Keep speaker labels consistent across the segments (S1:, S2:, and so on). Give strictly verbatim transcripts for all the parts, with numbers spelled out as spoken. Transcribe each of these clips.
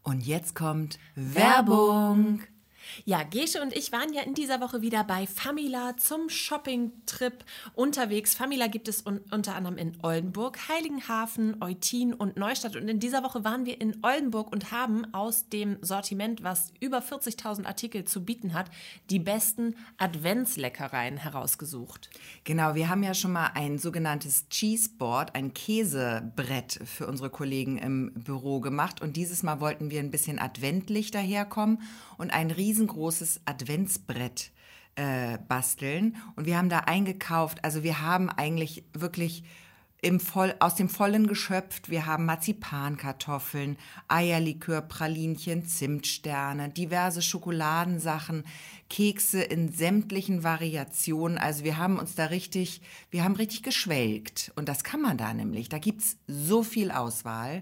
S1: Und jetzt kommt Werbung.
S2: Ja, Gesche und ich waren ja in dieser Woche wieder bei Famila zum Shopping-Trip unterwegs. Famila gibt es un- unter anderem in Oldenburg, Heiligenhafen, Eutin und Neustadt. Und in dieser Woche waren wir in Oldenburg und haben aus dem Sortiment, was über vierzigtausend Artikel zu bieten hat, die besten Adventsleckereien herausgesucht.
S1: Genau, wir haben ja schon mal ein sogenanntes Cheeseboard, ein Käsebrett für unsere Kollegen im Büro gemacht. Und dieses Mal wollten wir ein bisschen adventlich daherkommen und ein riesengroßes Adventsbrett äh, basteln. Und wir haben da eingekauft, also wir haben eigentlich wirklich im Voll, aus dem Vollen geschöpft. Wir haben Marzipankartoffeln, Eierlikör, Pralinchen, Zimtsterne, diverse Schokoladensachen, Kekse in sämtlichen Variationen. Also wir haben uns da richtig, wir haben richtig geschwelgt. Und das kann man da nämlich. Da gibt's so viel Auswahl.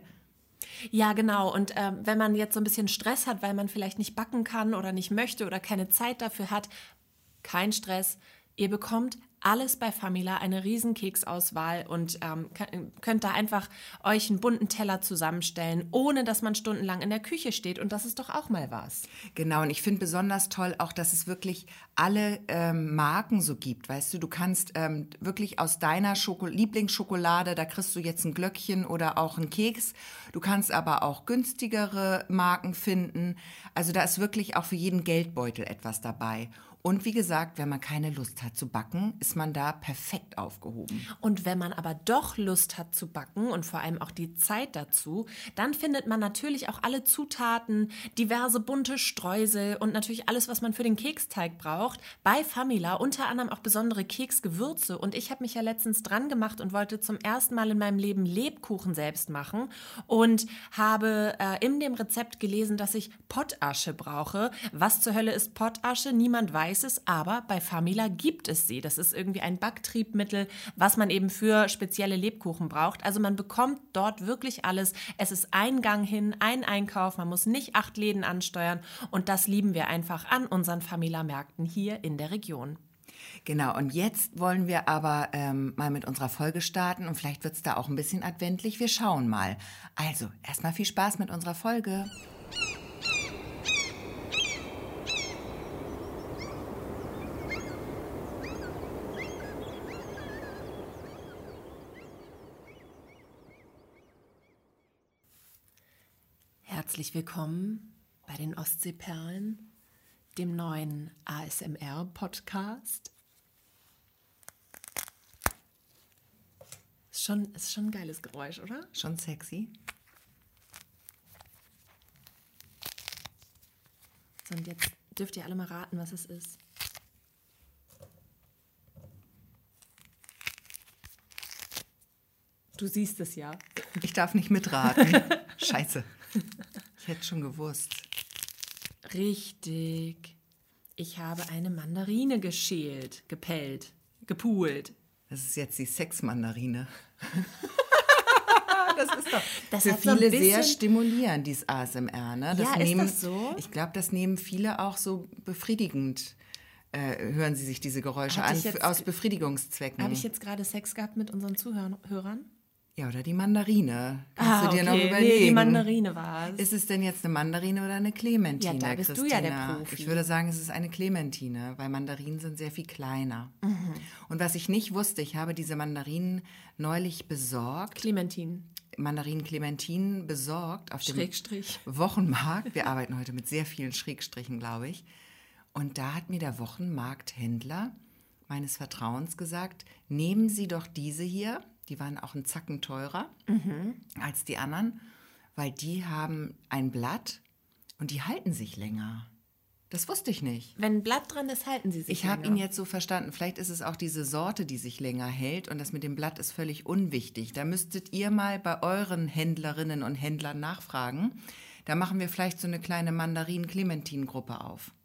S2: Ja, genau. Und ähm, wenn man jetzt so ein bisschen Stress hat, weil man vielleicht nicht backen kann oder nicht möchte oder keine Zeit dafür hat, kein Stress. Ihr bekommt alles bei Famila, eine riesen Keksauswahl und ähm, könnt da einfach euch einen bunten Teller zusammenstellen, ohne dass man stundenlang in der Küche steht. Und das ist doch auch mal was.
S1: Genau, und ich finde besonders toll auch, dass es wirklich alle ähm, Marken so gibt. Weißt du, du kannst ähm, wirklich aus deiner Schoko- Lieblingsschokolade, da kriegst du jetzt ein Glöckchen oder auch einen Keks. Du kannst aber auch günstigere Marken finden. Also da ist wirklich auch für jeden Geldbeutel etwas dabei. Und wie gesagt, wenn man keine Lust hat zu backen, ist man da perfekt aufgehoben.
S2: Und wenn man aber doch Lust hat zu backen und vor allem auch die Zeit dazu, dann findet man natürlich auch alle Zutaten, diverse bunte Streusel und natürlich alles, was man für den Keksteig braucht, bei Famila, unter anderem auch besondere Keksgewürze. Und ich habe mich ja letztens dran gemacht und wollte zum ersten Mal in meinem Leben Lebkuchen selbst machen und habe äh, in dem Rezept gelesen, dass ich Pottasche brauche. Was zur Hölle ist Pottasche? Niemand weiß es, aber bei Famila gibt es sie. Das ist irgendwie ein Backtriebmittel, was man eben für spezielle Lebkuchen braucht. Also man bekommt dort wirklich alles. Es ist ein Gang hin, ein Einkauf. Man muss nicht acht Läden ansteuern. Und das lieben wir einfach an unseren Famila-Märkten hier in der Region.
S1: Genau, und jetzt wollen wir aber ähm, mal mit unserer Folge starten und vielleicht wird es da auch ein bisschen adventlich. Wir schauen mal. Also, erstmal viel Spaß mit unserer Folge.
S2: Herzlich willkommen bei den Ostseeperlen, dem neuen A S M R-Podcast. Ist schon, ist schon ein geiles Geräusch, oder?
S1: Schon sexy.
S2: So, und jetzt dürft ihr alle mal raten, was es ist. Du siehst es ja.
S1: Ich darf nicht mitraten. Scheiße. Ich hätte schon gewusst.
S2: Richtig. Ich habe eine Mandarine geschält, gepellt, gepult.
S1: Das ist jetzt die Sexmandarine. Das ist doch
S2: Das
S1: für
S2: hat so ein
S1: viele
S2: bisschen-
S1: sehr stimulierend, dieses A S M R. Ne? Das
S2: Ja, ist
S1: nehmen,
S2: das so?
S1: Ich glaube, das nehmen viele auch so befriedigend. Äh, hören sie sich diese Geräusche
S2: Hatte
S1: an,
S2: ich jetzt-
S1: aus Befriedigungszwecken.
S2: Habe ich jetzt gerade Sex gehabt mit unseren Zuhörern?
S1: Ja, oder die Mandarine. Kannst
S2: Ah,
S1: du dir noch
S2: okay.
S1: überlegen.
S2: Nee, die Mandarine war es.
S1: Ist es denn jetzt eine Mandarine oder eine Clementine,
S2: Ja, da bist du
S1: Christina?
S2: ja der Profi.
S1: Ich würde sagen, es ist eine Clementine, weil Mandarinen sind sehr viel kleiner.
S2: Mhm.
S1: Und was ich nicht wusste, ich habe diese Mandarinen neulich besorgt,
S2: Clementine.
S1: Mandarinen Clementinen besorgt auf dem
S2: Schrägstrich.
S1: Wochenmarkt. Wir arbeiten heute mit sehr vielen Schrägstrichen, glaube ich. Und da hat mir der Wochenmarkthändler meines Vertrauens gesagt, nehmen Sie doch diese hier, die waren auch einen Zacken teurer
S2: Mhm.
S1: als die anderen, weil die haben ein Blatt und die halten sich länger. Das wusste ich nicht.
S2: Wenn ein Blatt dran ist, halten sie sich
S1: Ich habe
S2: länger.
S1: ihn jetzt so verstanden, vielleicht ist es auch diese Sorte, die sich länger hält und das mit dem Blatt ist völlig unwichtig. Da müsstet ihr mal bei euren Händlerinnen und Händlern nachfragen. Da machen wir vielleicht so eine kleine Mandarin-Clementinen-Gruppe auf.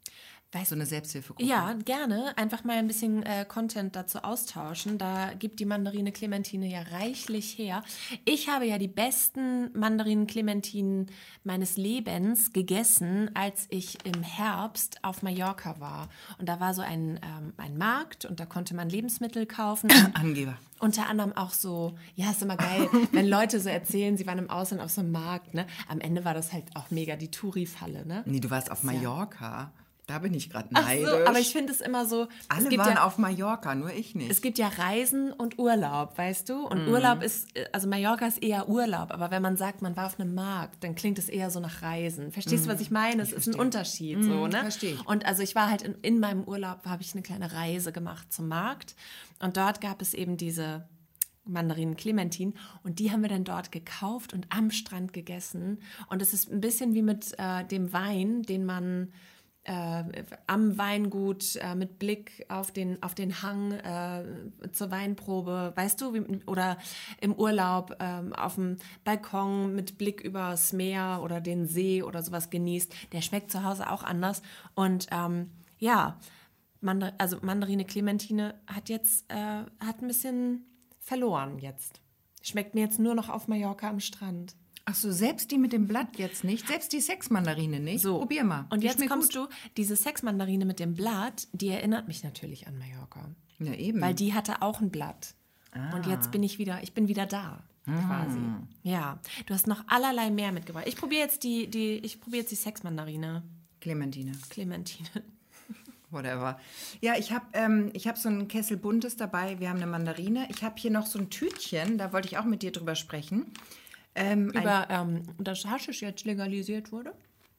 S1: Weißt, so eine Selbsthilfegruppe.
S2: Ja, gerne. Einfach mal ein bisschen äh, Content dazu austauschen. Da gibt die Mandarine Clementine ja reichlich her. Ich habe ja die besten Mandarinen Clementinen meines Lebens gegessen, als ich im Herbst auf Mallorca war. Und da war so ein, ähm, ein Markt und da konnte man Lebensmittel kaufen.
S1: Angeber.
S2: Unter anderem auch so, ja, ist immer geil, wenn Leute so erzählen, sie waren im Ausland auf so einem Markt. Ne? Am Ende war das halt auch mega die Touri-Falle. Ne?
S1: Nee, du warst auf Mallorca. Ja. Da bin ich gerade
S2: Ach
S1: neidisch.
S2: so, aber ich finde es immer so...
S1: Alle
S2: es gibt
S1: waren
S2: ja,
S1: auf Mallorca, nur ich nicht.
S2: Es gibt ja Reisen und Urlaub, weißt du? Und mhm. Urlaub ist, also Mallorca ist eher Urlaub, aber wenn man sagt, man war auf einem Markt, dann klingt es eher so nach Reisen. Verstehst mhm. du, was ich meine? Es ist ein Unterschied, mhm, so, ne?
S1: Verstehe ich.
S2: Und also ich war halt in, in meinem Urlaub, habe ich eine kleine Reise gemacht zum Markt und dort gab es eben diese Mandarinen Clementine und die haben wir dann dort gekauft und am Strand gegessen. Und es ist ein bisschen wie mit äh, dem Wein, den man... Äh, am Weingut äh, mit Blick auf den, auf den Hang äh, zur Weinprobe, weißt du, wie, oder im Urlaub äh, auf dem Balkon mit Blick übers Meer oder den See oder sowas genießt, der schmeckt zu Hause auch anders. Und ähm, ja, Mandar- also Mandarine Clementine hat jetzt, äh, hat ein bisschen verloren jetzt. Schmeckt mir jetzt nur noch auf Mallorca am Strand.
S1: Ach so, selbst die mit dem Blatt jetzt nicht, selbst die Sexmandarine nicht.
S2: So.
S1: Probier mal.
S2: Und
S1: Die
S2: jetzt
S1: schmeckt
S2: kommst
S1: gut.
S2: du, diese Sexmandarine mit dem Blatt, die erinnert mich natürlich an Mallorca.
S1: Ja, eben.
S2: Weil die hatte auch ein Blatt.
S1: Ah.
S2: Und jetzt bin ich wieder, ich bin wieder da, quasi.
S1: Mm.
S2: Ja, du hast noch allerlei mehr mitgebracht. Ich probiere jetzt die, die, ich probiere jetzt die Sexmandarine.
S1: Clementine.
S2: Clementine.
S1: Whatever. Ja, ich habe ähm, ich hab so einen Kessel Buntes dabei. Wir haben eine Mandarine. Ich habe hier noch so ein Tütchen, da wollte ich auch mit dir drüber sprechen. Ähm,
S2: Über, ähm, dass Haschisch jetzt legalisiert wurde?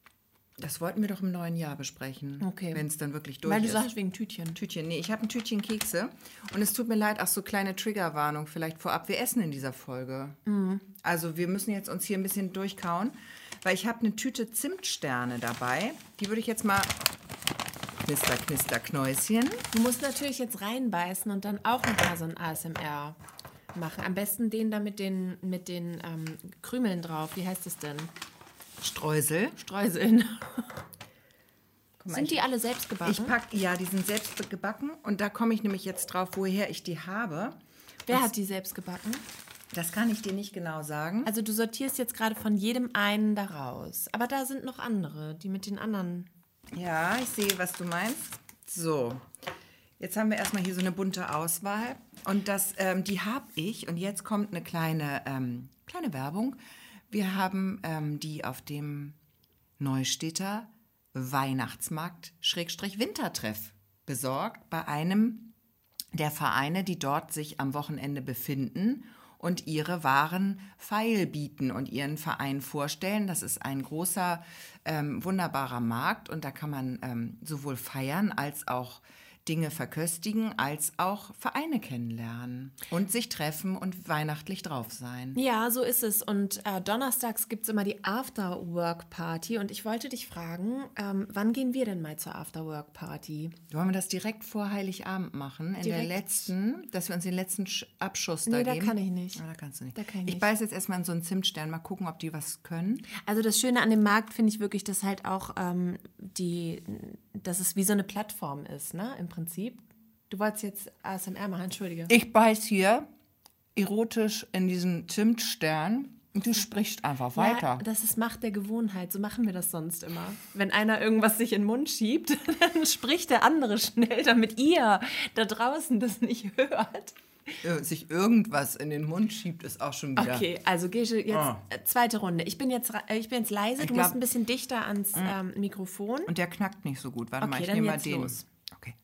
S1: Das wollten wir doch im neuen Jahr besprechen,
S2: Okay.
S1: wenn es dann wirklich durch
S2: Weil du
S1: ist.
S2: sagst wegen Tütchen.
S1: Tütchen, nee, ich habe ein Tütchen Kekse und es tut mir leid, auch so kleine Triggerwarnung vielleicht vorab. Wir essen in dieser Folge. Mhm. Also wir müssen jetzt uns hier ein bisschen durchkauen, weil ich habe eine Tüte Zimtsterne dabei. Die würde ich jetzt mal... Knister, knister, Knäuschen.
S2: Du musst natürlich jetzt reinbeißen und dann auch noch mal so ein A S M R machen. Am besten den da mit den, mit den ähm, Krümeln drauf. Wie heißt es denn?
S1: Streusel.
S2: Streuseln.
S1: Mal,
S2: sind
S1: ich,
S2: die alle selbst gebacken?
S1: Ich pack, ja, die sind selbst gebacken und da komme ich nämlich jetzt drauf, woher ich die habe.
S2: Wer
S1: und
S2: hat die selbst gebacken?
S1: Das kann ich dir nicht genau sagen.
S2: Also du sortierst jetzt gerade von jedem einen da raus. Aber da sind noch andere, die mit den anderen...
S1: Ja, ich sehe, was du meinst. So, jetzt haben wir erstmal hier so eine bunte Auswahl. Und das, ähm, die habe ich. Und jetzt kommt eine kleine, ähm, kleine Werbung. Wir haben ähm, die auf dem Neustädter Weihnachtsmarkt Schrägstrich Wintertreff besorgt bei einem der Vereine, die dort sich am Wochenende befinden und ihre Waren feilbieten und ihren Verein vorstellen. Das ist ein großer, ähm, wunderbarer Markt und da kann man ähm, sowohl feiern als auch Dinge verköstigen, als auch Vereine kennenlernen und sich treffen und weihnachtlich drauf sein.
S2: Ja, so ist es. Und äh, donnerstags gibt es immer die After-Work-Party. Und ich wollte dich fragen, ähm, wann gehen wir denn mal zur After-Work-Party?
S1: Wollen wir das direkt vor Heiligabend machen? In
S2: Direkt?
S1: der letzten, dass wir uns den letzten Sch- Abschuss
S2: Nee,
S1: da
S2: da
S1: geben?
S2: kann ich nicht.
S1: Ah, da kannst du nicht.
S2: Da kann ich
S1: ich
S2: nicht.
S1: beiße jetzt erstmal in so einen Zimtstern, mal gucken, ob die was können.
S2: Also das Schöne an dem Markt finde ich wirklich, dass halt auch ähm, die, dass es wie so eine Plattform ist, ne, im Prinzip. Du wolltest jetzt A S M R machen, entschuldige.
S1: Ich beiß hier erotisch in diesen Zimtstern und du sprichst einfach weiter.
S2: Ja, das ist Macht der Gewohnheit. So machen wir das sonst immer. Wenn einer irgendwas sich in den Mund schiebt, dann spricht der andere schnell, damit ihr da draußen das nicht hört.
S1: Äh, Sich irgendwas in den Mund schiebt, ist auch schon wieder...
S2: Okay, also Gesche, jetzt
S1: Ah.
S2: äh, zweite Runde. Ich bin jetzt, ra- äh, ich bin jetzt leise,
S1: Ich
S2: du
S1: glaub-
S2: musst ein bisschen dichter ans ähm, Mikrofon.
S1: Und der knackt nicht so gut. Warte
S2: Okay,
S1: mal, ich
S2: dann
S1: nehme mal
S2: jetzt
S1: den.
S2: los.
S1: Okay.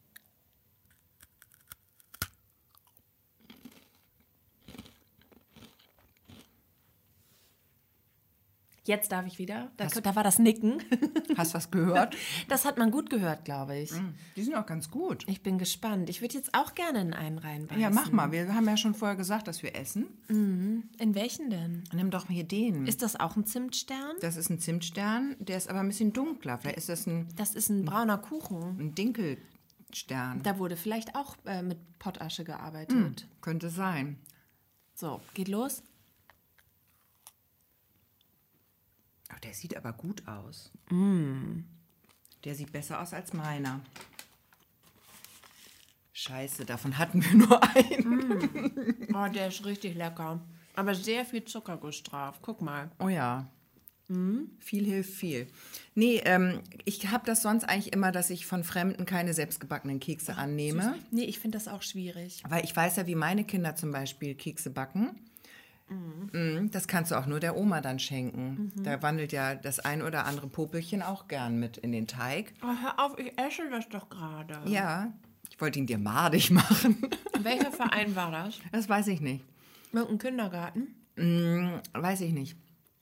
S2: Jetzt darf ich wieder. Da,
S1: Hast-
S2: da war das Nicken.
S1: Hast du was gehört?
S2: Das hat man gut gehört, glaube ich.
S1: Die sind auch ganz gut.
S2: Ich bin gespannt. Ich würde jetzt auch gerne in einen reinbeißen.
S1: Ja, mach mal. Wir haben ja schon vorher gesagt, dass wir essen.
S2: In welchen denn?
S1: Nimm doch mal hier den.
S2: Ist das auch ein Zimtstern?
S1: Das ist ein Zimtstern, der ist aber ein bisschen dunkler. Vielleicht ist das ein,
S2: Das ist ein brauner Kuchen.
S1: ein Dinkelstern.
S2: Da wurde vielleicht auch äh, mit Pottasche gearbeitet.
S1: Könnte sein.
S2: So, geht los.
S1: Oh, der sieht aber gut aus. Der sieht besser aus als meiner. Scheiße, davon hatten wir nur einen.
S2: Mm. Oh, der ist richtig lecker. Aber sehr viel Zucker gestraft. Guck mal.
S1: Oh ja. Mhm. Viel hilft viel. Nee, ähm, ich habe das sonst eigentlich immer, dass ich von Fremden keine selbstgebackenen Kekse
S2: Ach,
S1: annehme.
S2: Süß. Nee, ich finde das auch schwierig.
S1: Weil ich weiß ja, wie meine Kinder zum Beispiel Kekse backen. Mhm. Das kannst du auch nur der Oma dann schenken. Mhm. Da wandelt ja das ein oder andere Popelchen auch gern mit in den Teig.
S2: Oh, hör auf, ich esse das doch gerade.
S1: Ja, ich wollte ihn dir madig machen.
S2: Welcher Verein war das?
S1: Das weiß ich nicht.
S2: Irgendein Kindergarten?
S1: Mm, weiß ich nicht.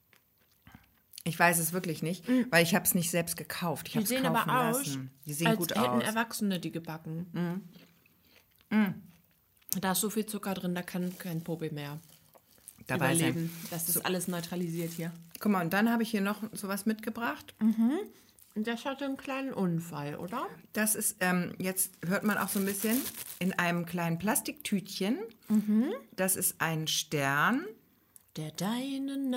S1: Ich weiß es wirklich nicht, mm. weil ich habe es nicht selbst gekauft. Ich
S2: die sehen aber aus,
S1: lassen. Die sehen
S2: als
S1: gut
S2: hätten
S1: aus.
S2: Erwachsene die gebacken.
S1: Mm. Mm.
S2: Da ist so viel Zucker drin, da kann kein Popel mehr
S1: dabei
S2: überleben.
S1: sein.
S2: Das ist so. Alles neutralisiert hier.
S1: Guck mal, und dann habe ich hier noch sowas mitgebracht.
S2: Mhm. Und das hatte einen kleinen Unfall, oder?
S1: Das ist, ähm, jetzt hört man auch so ein bisschen, in einem kleinen Plastiktütchen. Mhm. Das ist ein Stern.
S2: Der deinen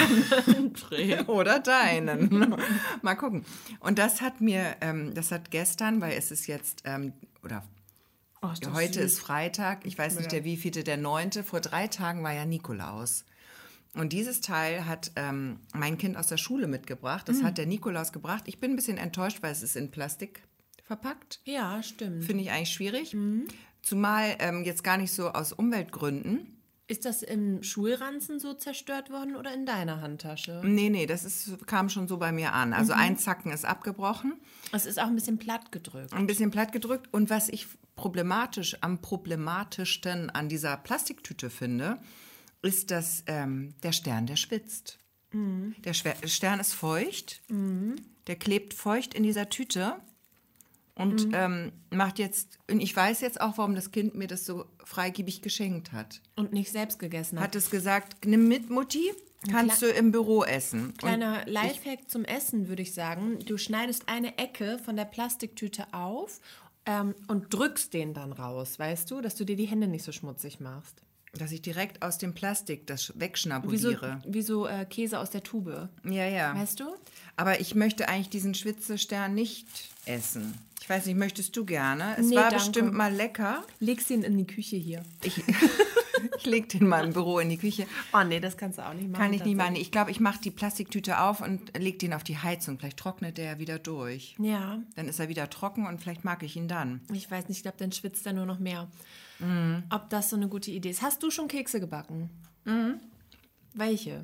S2: Namen trägt.
S1: Oder deinen. Mal gucken. Und das hat mir, ähm, das hat gestern, weil es ist jetzt, ähm, oder
S2: oh, ist
S1: heute
S2: süß.
S1: ist Freitag, ich weiß nicht, der wievielte, der neunte. Vor drei Tagen war ja Nikolaus. Und dieses Teil hat ähm, mein Kind aus der Schule mitgebracht. Das mm. hat der Nikolaus gebracht. Ich bin ein bisschen enttäuscht, weil es ist in Plastik verpackt.
S2: Ja, stimmt.
S1: Finde ich eigentlich schwierig. Mm. Zumal ähm, jetzt gar nicht so aus Umweltgründen.
S2: Ist das im Schulranzen so zerstört worden oder in deiner Handtasche?
S1: Nee, nee, das ist, kam schon so bei mir an. Also mhm. ein Zacken ist abgebrochen.
S2: Es ist auch ein bisschen platt gedrückt.
S1: Ein bisschen platt gedrückt. Und was ich problematisch, am problematischsten an dieser Plastiktüte finde, ist, dass ähm, der Stern, der schwitzt. Mhm. Der Schwer- Stern ist feucht. Mhm. Der klebt feucht in dieser Tüte. Und mhm. ähm, macht jetzt, und ich weiß jetzt auch, warum das Kind mir das so freigebig geschenkt hat.
S2: Und nicht selbst gegessen hat.
S1: Hat es gesagt, nimm mit, Mutti, kannst du im Büro essen.
S2: Kleiner und Lifehack ich, zum Essen, würde ich sagen. Du schneidest eine Ecke von der Plastiktüte auf ähm, und drückst den dann raus, weißt du, dass du dir die Hände nicht so schmutzig machst.
S1: Dass ich direkt aus dem Plastik das wegschnabuliere.
S2: Wie so, wie so äh, Käse aus der Tube.
S1: Ja, ja.
S2: Weißt du?
S1: Aber ich möchte eigentlich diesen Schwitzestern nicht essen. Ich weiß nicht, möchtest du gerne? Es
S2: nee,
S1: war
S2: danke.
S1: bestimmt mal lecker.
S2: Legst ihn in die Küche hier.
S1: Ich, ich leg den mal im Büro in die Küche.
S2: Oh nee, das kannst du auch nicht machen.
S1: Kann ich nicht machen. Ich glaube, ich mache die Plastiktüte auf und leg den auf die Heizung. Vielleicht trocknet der ja wieder durch.
S2: Ja.
S1: Dann ist er wieder trocken und vielleicht mag ich ihn dann.
S2: Ich weiß nicht, ich glaube, dann schwitzt er nur noch mehr.
S1: Mhm.
S2: Ob das so eine gute Idee ist. Hast du schon Kekse gebacken?
S1: Mhm.
S2: Welche?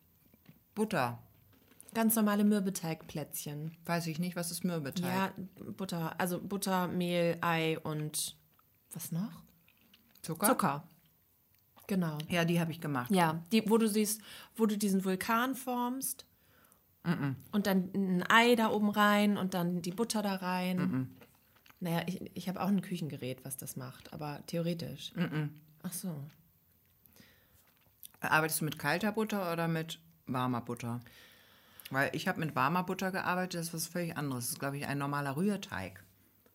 S1: Butter.
S2: Ganz normale Mürbeteigplätzchen.
S1: Weiß ich nicht, was ist Mürbeteig?
S2: Ja, Butter. Also Butter, Mehl, Ei und was noch?
S1: Zucker?
S2: Zucker. Genau.
S1: Ja, die habe ich gemacht.
S2: Ja, die, wo du siehst, wo du diesen Vulkan formst
S1: Mm-mm.
S2: und dann ein Ei da oben rein und dann die Butter da rein.
S1: Mm-mm.
S2: Naja, ich, ich habe auch ein Küchengerät, was das macht, aber theoretisch.
S1: Mm-mm.
S2: Ach so.
S1: Arbeitest du mit kalter Butter oder mit warmer Butter? Weil ich habe mit warmer Butter gearbeitet, das ist was völlig anderes. Das ist, glaube ich, ein normaler Rührteig.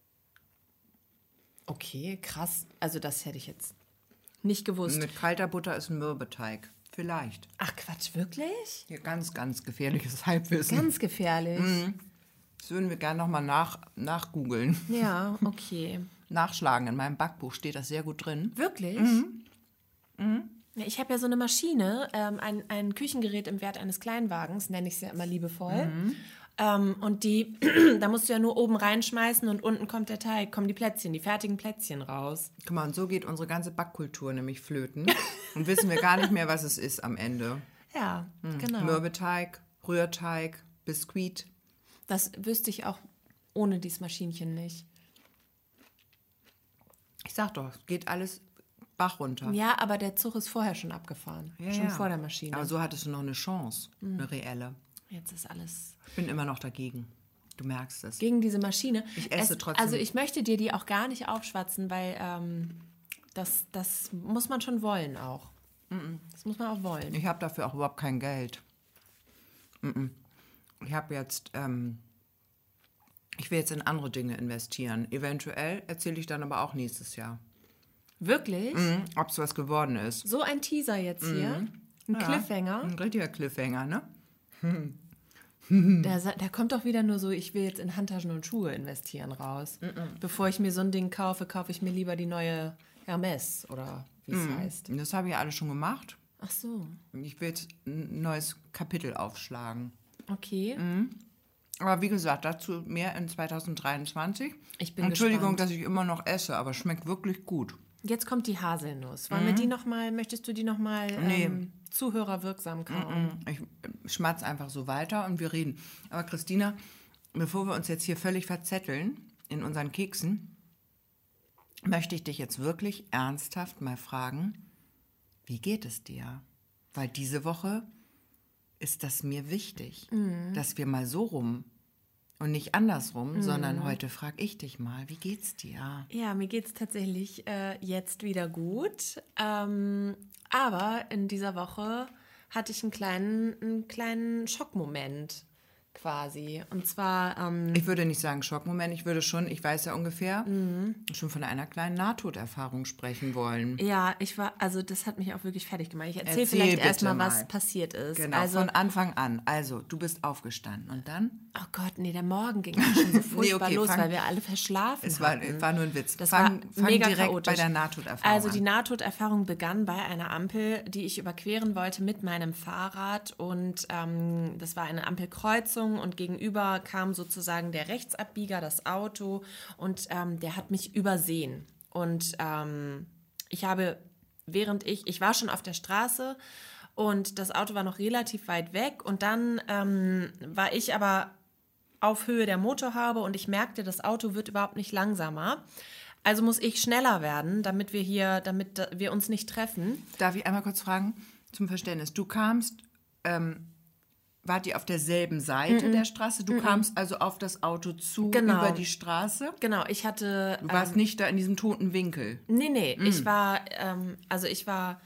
S2: Okay, krass. Also das hätte ich jetzt nicht gewusst.
S1: Mit kalter Butter ist ein Mürbeteig. Vielleicht.
S2: Ach Quatsch, wirklich?
S1: Hier ganz, ganz gefährliches Halbwissen.
S2: Ganz gefährlich.
S1: Mhm. Das würden wir gerne nochmal nach, nachgoogeln.
S2: Ja, okay.
S1: Nachschlagen. In meinem Backbuch steht das sehr gut drin.
S2: Wirklich?
S1: Mhm. Mhm.
S2: Ja, ich habe ja so eine Maschine, ähm, ein, ein Küchengerät im Wert eines Kleinwagens, nenne ich es ja immer liebevoll. Mhm. Ähm, und die, da musst du ja nur oben reinschmeißen und unten kommt der Teig, kommen die Plätzchen, die fertigen Plätzchen raus.
S1: Guck mal, und so geht unsere ganze Backkultur nämlich flöten. Und wissen wir gar nicht mehr, was es ist am Ende.
S2: Ja,
S1: mhm.
S2: genau.
S1: Mürbeteig, Rührteig, Biskuit.
S2: Das wüsste ich auch ohne dieses Maschinchen nicht.
S1: Ich sag doch, es geht alles Bach runter.
S2: Ja, aber der Zug ist vorher schon abgefahren.
S1: Ja,
S2: schon
S1: ja.
S2: vor der Maschine.
S1: Aber so hattest du noch eine Chance, mhm. eine reelle.
S2: Jetzt ist alles...
S1: Ich bin immer noch dagegen. Du merkst es.
S2: Gegen diese Maschine.
S1: Ich esse
S2: es,
S1: trotzdem.
S2: Also ich möchte dir die auch gar nicht aufschwatzen, weil ähm, das, das muss man schon wollen auch. Mhm. Das muss man auch wollen.
S1: Ich habe dafür auch überhaupt kein Geld. Mhm. Ich habe jetzt... Ähm, ich will jetzt in andere Dinge investieren. Eventuell erzähle ich dann aber auch nächstes Jahr.
S2: Wirklich?
S1: Mhm, ob es was geworden ist.
S2: So ein Teaser jetzt hier.
S1: Mhm.
S2: Ein
S1: ja,
S2: Cliffhanger.
S1: Ein richtiger Cliffhanger, ne? Hm.
S2: Da, da kommt doch wieder nur so, ich will jetzt in Handtaschen und Schuhe investieren raus. Mm-mm. Bevor ich mir so ein Ding kaufe, kaufe ich mir lieber die neue Hermes oder wie es mm. heißt.
S1: Das habe ich ja alles schon gemacht.
S2: Ach so.
S1: Ich will jetzt ein neues Kapitel aufschlagen.
S2: Okay.
S1: Mm. Aber wie gesagt, dazu mehr in zwanzig dreiundzwanzig.
S2: Ich bin
S1: Entschuldigung,
S2: gespannt.
S1: dass ich immer noch esse, aber schmeckt wirklich gut.
S2: Jetzt kommt die Haselnuss. Wollen mhm. wir die noch mal, möchtest du die noch mal
S1: nee.
S2: ähm, zuhörerwirksam kauen?
S1: Ich schmatze einfach so weiter und wir reden. Aber Christina, bevor wir uns jetzt hier völlig verzetteln in unseren Keksen, möchte ich dich jetzt wirklich ernsthaft mal fragen, wie geht es dir? Weil diese Woche ist das mir wichtig, mhm. dass wir mal so rum und nicht andersrum, mhm. sondern heute frage ich dich mal, wie geht's dir?
S2: Ja, mir geht's tatsächlich äh, jetzt wieder gut. Ähm, aber in dieser Woche hatte ich einen kleinen, einen kleinen Schockmoment quasi. Und zwar... Ähm,
S1: ich würde nicht sagen Schockmoment, ich würde schon, ich weiß ja ungefähr, mhm. schon von einer kleinen Nahtoderfahrung sprechen wollen.
S2: Ja, ich war, also das hat mich auch wirklich fertig gemacht. Ich erzähle Erzähl vielleicht erstmal, was passiert ist.
S1: Genau,
S2: also,
S1: von Anfang an. Also, du bist aufgestanden und dann?
S2: Oh Gott, nee, der Morgen ging schon so furchtbar nee, okay, los, fang, weil wir alle verschlafen
S1: es war,
S2: hatten.
S1: Es war nur ein Witz.
S2: Das
S1: fang,
S2: war
S1: fang
S2: mega
S1: direkt
S2: chaotisch.
S1: Bei der Nahtoderfahrung
S2: Also die
S1: an.
S2: Nahtoderfahrung begann bei einer Ampel, die ich überqueren wollte mit meinem Fahrrad und ähm, das war eine Ampelkreuzung und gegenüber kam sozusagen der Rechtsabbieger, das Auto und ähm, der hat mich übersehen und ähm, ich habe, während ich, ich war schon auf der Straße und das Auto war noch relativ weit weg und dann ähm, war ich aber auf Höhe der Motorhaube und ich merkte, das Auto wird überhaupt nicht langsamer. Also muss ich schneller werden, damit wir hier, damit wir uns nicht treffen.
S1: Darf ich einmal kurz fragen zum Verständnis? Du kamst, ähm, wart ihr auf derselben Seite mm-mm. der Straße? Du mm-mm. kamst also auf das Auto zu, genau. über die Straße?
S2: Genau, ich hatte...
S1: Du warst ähm, nicht da in diesem toten Winkel?
S2: Nee, nee, mm. ich war, ähm, also ich war...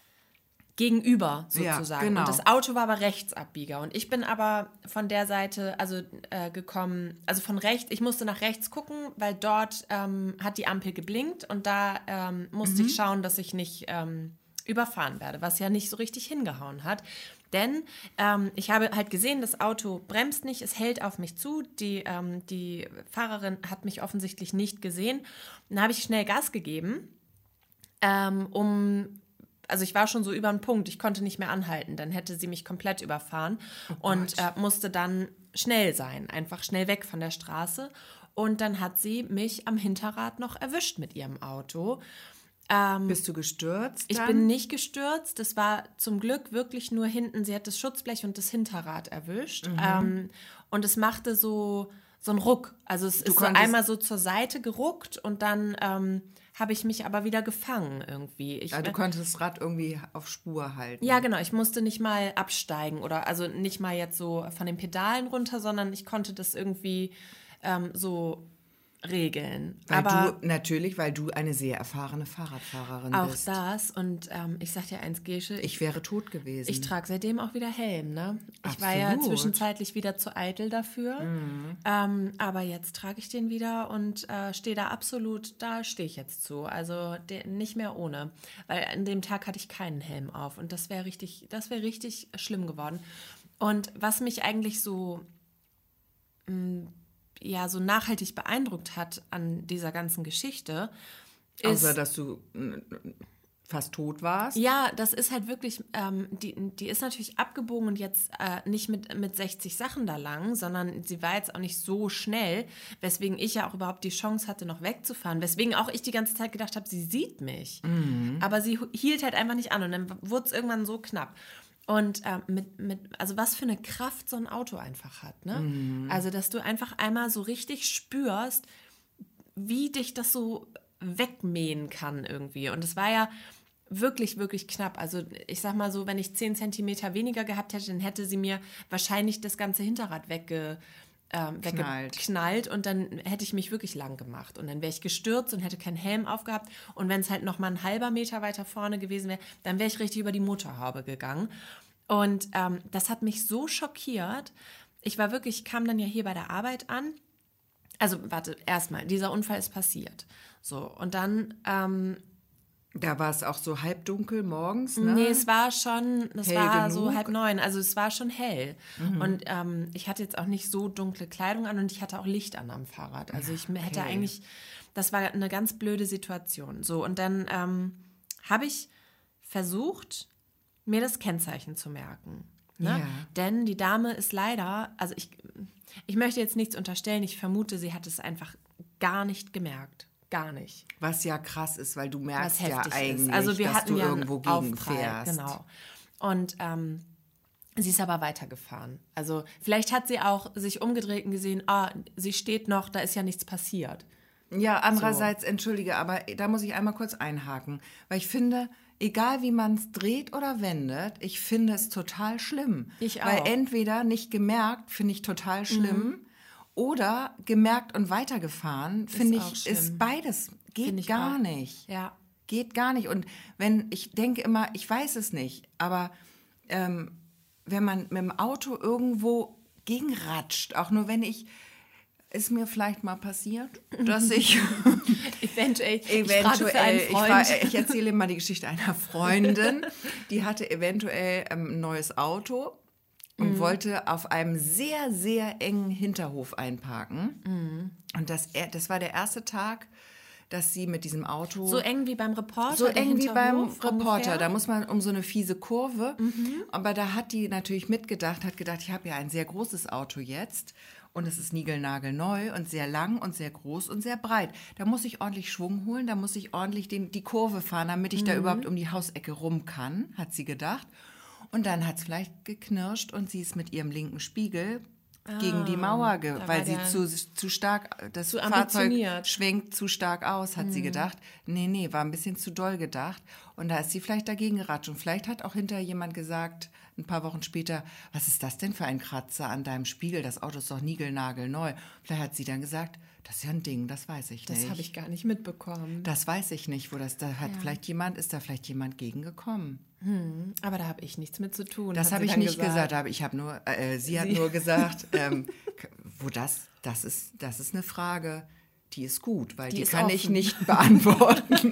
S2: gegenüber sozusagen. Ja, genau. Und das Auto war aber Rechtsabbieger. Und ich bin aber von der Seite also äh, gekommen, also von rechts, ich musste nach rechts gucken, weil dort ähm, hat die Ampel geblinkt und da ähm, musste mhm. ich schauen, dass ich nicht ähm, überfahren werde, was ja nicht so richtig hingehauen hat. Denn ähm, ich habe halt gesehen, das Auto bremst nicht, es hält auf mich zu. Die, ähm, die Fahrerin hat mich offensichtlich nicht gesehen. Dann habe ich schnell Gas gegeben, ähm, um... Also ich war schon so über den Punkt, ich konnte nicht mehr anhalten, dann hätte sie mich komplett überfahren oh und äh, musste dann schnell sein, einfach schnell weg von der Straße. Und dann hat sie mich am Hinterrad noch erwischt mit ihrem Auto. Ähm,
S1: Bist du gestürzt?
S2: Ich
S1: dann?
S2: bin nicht gestürzt, das war zum Glück wirklich nur hinten, sie hat das Schutzblech und das Hinterrad erwischt. Mhm. Ähm, und es machte so, so einen Ruck, also es du ist so einmal so zur Seite geruckt und dann... Ähm, habe ich mich aber wieder gefangen irgendwie. Ich,
S1: ja, du konntest das Rad irgendwie auf Spur halten.
S2: Ja, genau. Ich musste nicht mal absteigen oder also nicht mal jetzt so von den Pedalen runter, sondern ich konnte das irgendwie ähm, so regeln.
S1: Weil
S2: aber
S1: du, natürlich, weil du eine sehr erfahrene Fahrradfahrerin
S2: auch
S1: bist.
S2: Auch das und ähm, ich sag dir eins, Gesche.
S1: Ich, ich wäre tot gewesen.
S2: Ich trage seitdem auch wieder Helm, ne? Ich
S1: Absolut.
S2: war ja zwischenzeitlich wieder zu eitel dafür,
S1: mhm.
S2: ähm, aber jetzt trage ich den wieder und äh, stehe da absolut, da stehe ich jetzt zu, also de, nicht mehr ohne, weil an dem Tag hatte ich keinen Helm auf und das wäre richtig, das wäre richtig schlimm geworden. Und was mich eigentlich so mh, ja so nachhaltig beeindruckt hat an dieser ganzen Geschichte ist...
S1: Außer, dass du fast tot warst?
S2: Ja, das ist halt wirklich, ähm, die, die ist natürlich abgebogen und jetzt äh, nicht mit, mit sechzig Sachen da lang, sondern sie war jetzt auch nicht so schnell, weswegen ich ja auch überhaupt die Chance hatte, noch wegzufahren, weswegen auch ich die ganze Zeit gedacht habe, sie sieht mich.
S1: Mhm.
S2: Aber sie hielt halt einfach nicht an und dann wurde es irgendwann so knapp. Und äh, mit, mit, also was für eine Kraft so ein Auto einfach hat, ne?
S1: Mhm.
S2: Also, dass du einfach einmal so richtig spürst, wie dich das so wegmähen kann irgendwie. Und es war ja wirklich, wirklich knapp. Also ich sag mal so, wenn ich zehn Zentimeter weniger gehabt hätte, dann hätte sie mir wahrscheinlich das ganze Hinterrad wegge, ähm, weggeknallt und dann hätte ich mich wirklich lang gemacht. Und dann wäre ich gestürzt und hätte keinen Helm aufgehabt. Und wenn es halt noch mal ein halber Meter weiter vorne gewesen wäre, dann wäre ich richtig über die Motorhaube gegangen. Und ähm, das hat mich so schockiert. Ich war wirklich, ich kam dann ja hier bei der Arbeit an. Also warte, erstmal, dieser Unfall ist passiert. So, und dann... Ähm,
S1: Da war es auch so halbdunkel morgens, ne?
S2: Nee, es war schon, es
S1: Hell
S2: war so
S1: genug?
S2: halb neun, also es war schon hell. Und ähm, ich hatte jetzt auch nicht so dunkle Kleidung an und ich hatte auch Licht an am Fahrrad. Also ich hätte
S1: Okay.
S2: eigentlich, das war eine ganz blöde Situation. So, und dann ähm, habe ich versucht, mir das Kennzeichen zu merken. Ne?
S1: Ja.
S2: Denn die Dame ist leider, also ich, ich möchte jetzt nichts unterstellen, ich vermute, sie hat es einfach gar nicht gemerkt. Gar nicht.
S1: Was ja krass ist, weil du
S2: Was
S1: merkst ja
S2: heftig
S1: eigentlich,
S2: ist. Also wir
S1: dass
S2: hatten
S1: du
S2: ja
S1: irgendwo
S2: einen
S1: gegen
S2: Aufprall,
S1: fährst.
S2: genau. Und ähm, sie ist aber weitergefahren. Also vielleicht hat sie auch sich umgedreht und gesehen, ah, sie steht noch, da ist ja nichts passiert.
S1: Ja, andererseits, entschuldige, aber da muss ich einmal kurz einhaken, weil ich finde, egal wie man es dreht oder wendet, ich finde es total schlimm.
S2: Ich
S1: Weil
S2: auch.
S1: entweder nicht gemerkt, finde ich total schlimm, oder gemerkt und weitergefahren, finde
S2: auch
S1: ich,
S2: schlimm.
S1: ist beides, geht
S2: Finde ich
S1: gar
S2: auch.
S1: nicht.
S2: Ja.
S1: Geht gar nicht. Und wenn, ich denke immer, ich weiß es nicht, aber ähm, wenn man mit dem Auto irgendwo gegenratscht, auch nur wenn ich, ist mir vielleicht mal passiert, dass ich
S2: Eventuell, ich frage
S1: eventuell,
S2: für einen
S1: ich,
S2: Freund.
S1: fra- ich erzähle mal die Geschichte einer Freundin, die hatte eventuell ähm, ein neues Auto und
S2: Mhm.
S1: wollte auf einem sehr, sehr engen Hinterhof einparken.
S2: Mhm.
S1: Und das, er- das war der erste Tag, dass sie mit diesem Auto...
S2: So eng wie beim Reporter?
S1: So
S2: der
S1: eng wie beim
S2: Hinterhof
S1: Reporter.
S2: ungefähr? Mhm.
S1: Da muss man um so eine fiese Kurve. Aber da hat die natürlich mitgedacht, hat gedacht, ich habe ja ein sehr großes Auto jetzt. Und es ist niegelnagelneu und sehr lang und sehr groß und sehr breit. Da muss ich ordentlich Schwung holen, da muss ich ordentlich den, die Kurve fahren, damit ich da
S2: Mhm.
S1: überhaupt um die Hausecke rum kann, hat sie gedacht. Und dann hat es vielleicht geknirscht und sie ist mit ihrem linken Spiegel gegen die Mauer, ge
S2: da war
S1: weil sie
S2: der
S1: zu, zu stark, das
S2: zu
S1: Fahrzeug
S2: ambitioniert.
S1: schwenkt zu stark aus, hat sie gedacht. Nee, nee, war ein bisschen zu doll gedacht. Und da ist sie vielleicht dagegen geratscht. Und vielleicht hat auch hinterher jemand gesagt, ein paar Wochen später, was ist das denn für ein Kratzer an deinem Spiegel? Das Auto ist doch niegelnagelneu. Vielleicht hat sie dann gesagt, das ist ja ein Ding, das weiß ich nicht.
S2: Das habe ich gar nicht mitbekommen.
S1: Das weiß ich nicht, wo das, da hat vielleicht jemand, ist da vielleicht jemand gegengekommen.
S2: Aber da habe ich nichts mit zu tun.
S1: Das
S2: hat
S1: habe
S2: sie
S1: ich
S2: dann
S1: nicht gesagt, aber ich habe nur, äh, sie hat
S2: Sie-
S1: nur gesagt, ähm, k- wo das, das ist, das ist eine Frage, die ist gut, weil die,
S2: Die ist
S1: kann ich
S2: offen.
S1: nicht beantworten.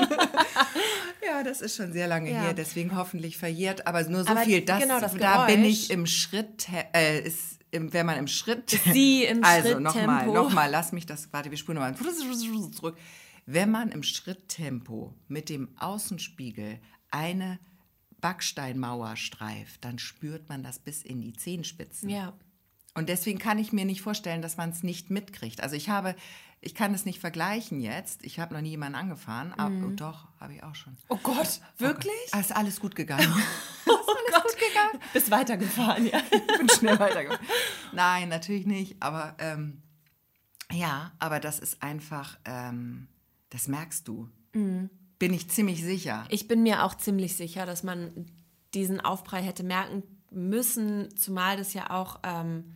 S1: Ja, das ist schon sehr lange
S2: Ja.
S1: her, deswegen hoffentlich verjährt, aber nur so
S2: Aber
S1: viel, das,
S2: genau, das
S1: da bin
S2: Geräusch-
S1: ich im Schritt, äh, ist, im, wenn man im Schritt,
S2: Sie im
S1: also nochmal,
S2: Schritttempo.
S1: nochmal, lass mich das, warte, wir spulen nochmal zurück. Wenn man im Schritttempo mit dem Außenspiegel eine Backsteinmauer streift, dann spürt man das bis in die Zehenspitzen.
S2: Ja.
S1: Und deswegen kann ich mir nicht vorstellen, dass man es nicht mitkriegt. Also ich habe, ich kann es nicht vergleichen jetzt. Ich habe noch nie jemanden angefahren, aber oh, doch, habe ich auch schon.
S2: Oh Gott, wirklich?
S1: Ah, ist alles gut gegangen. ist alles gut gegangen.
S2: Bist weitergefahren, ja.
S1: Ich bin schnell weitergegangen. Nein, natürlich nicht. Aber ähm, ja, aber das ist einfach, ähm, das merkst du. Bin ich ziemlich sicher.
S2: Ich bin mir auch ziemlich sicher, dass man diesen Aufprall hätte merken müssen, zumal das ja auch, ähm,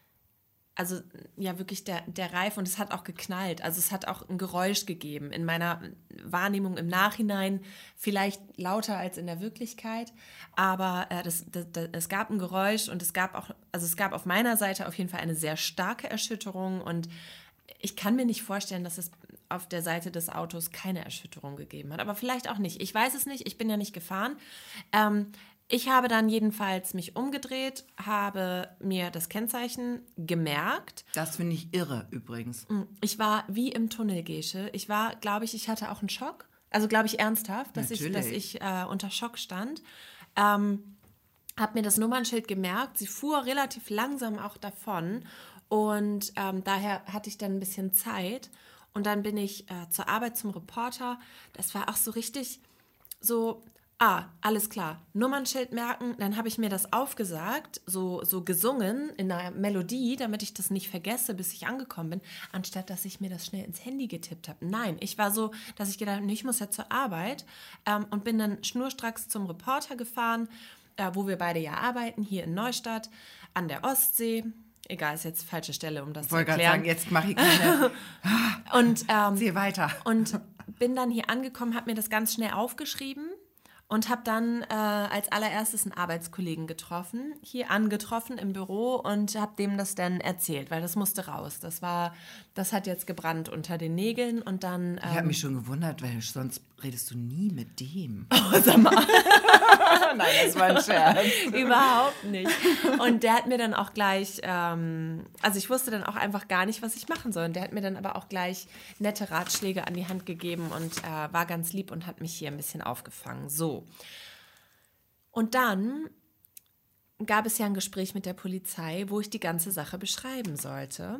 S2: also ja wirklich der, der Reifen, und es hat auch geknallt, also es hat auch ein Geräusch gegeben. In meiner Wahrnehmung im Nachhinein vielleicht lauter als in der Wirklichkeit, aber äh, das, das, das, es gab ein Geräusch und es gab auch, also es gab auf meiner Seite auf jeden Fall eine sehr starke Erschütterung und ich kann mir nicht vorstellen, dass es auf der Seite des Autos keine Erschütterung gegeben hat. Aber vielleicht auch nicht. Ich weiß es nicht. Ich bin ja nicht gefahren. Ähm, ich habe dann jedenfalls mich umgedreht, habe mir das Kennzeichen gemerkt.
S1: Das finde ich irre übrigens.
S2: Ich war wie im Tunnel, Gesche. Ich war, glaube ich, ich hatte auch einen Schock. Also glaube ich ernsthaft, dass
S1: Natürlich.
S2: ich, dass ich äh, unter Schock stand. Ähm, habe mir das Nummernschild gemerkt. Sie fuhr relativ langsam auch davon. Und ähm, daher hatte ich dann ein bisschen Zeit. Und dann bin ich äh, zur Arbeit zum Reporter. Das war auch so richtig so, ah, alles klar, Nummernschild merken. Dann habe ich mir das aufgesagt, so, so gesungen in einer Melodie, damit ich das nicht vergesse, bis ich angekommen bin, anstatt dass ich mir das schnell ins Handy getippt habe. Nein, ich war so, dass ich gedacht habe, ich muss ja zur Arbeit ähm, und bin dann schnurstracks zum Reporter gefahren, äh, wo wir beide ja arbeiten, hier in Neustadt an der Ostsee. Egal, ist jetzt falsche Stelle, um das
S1: Ich
S2: zu
S1: wollte gerade
S2: erklären.
S1: sagen, jetzt mache ich keine.
S2: Und, ähm,
S1: Sehe weiter.
S2: und bin dann hier angekommen, habe mir das ganz schnell aufgeschrieben Und habe dann äh, als allererstes einen Arbeitskollegen getroffen, hier angetroffen im Büro und habe dem das dann erzählt, weil das musste raus. Das war, das hat jetzt gebrannt unter den Nägeln und dann... Ähm,
S1: ich habe mich schon gewundert, weil sonst redest du nie mit dem.
S2: Oh, sag mal.
S1: Nein, das war ein Scherz.
S2: Überhaupt nicht. Und der hat mir dann auch gleich, ähm, also ich wusste dann auch einfach gar nicht, was ich machen soll. Und der hat mir dann aber auch gleich nette Ratschläge an die Hand gegeben und äh, war ganz lieb und hat mich hier ein bisschen aufgefangen. So. Und dann gab es ja ein Gespräch mit der Polizei, wo ich die ganze Sache beschreiben sollte.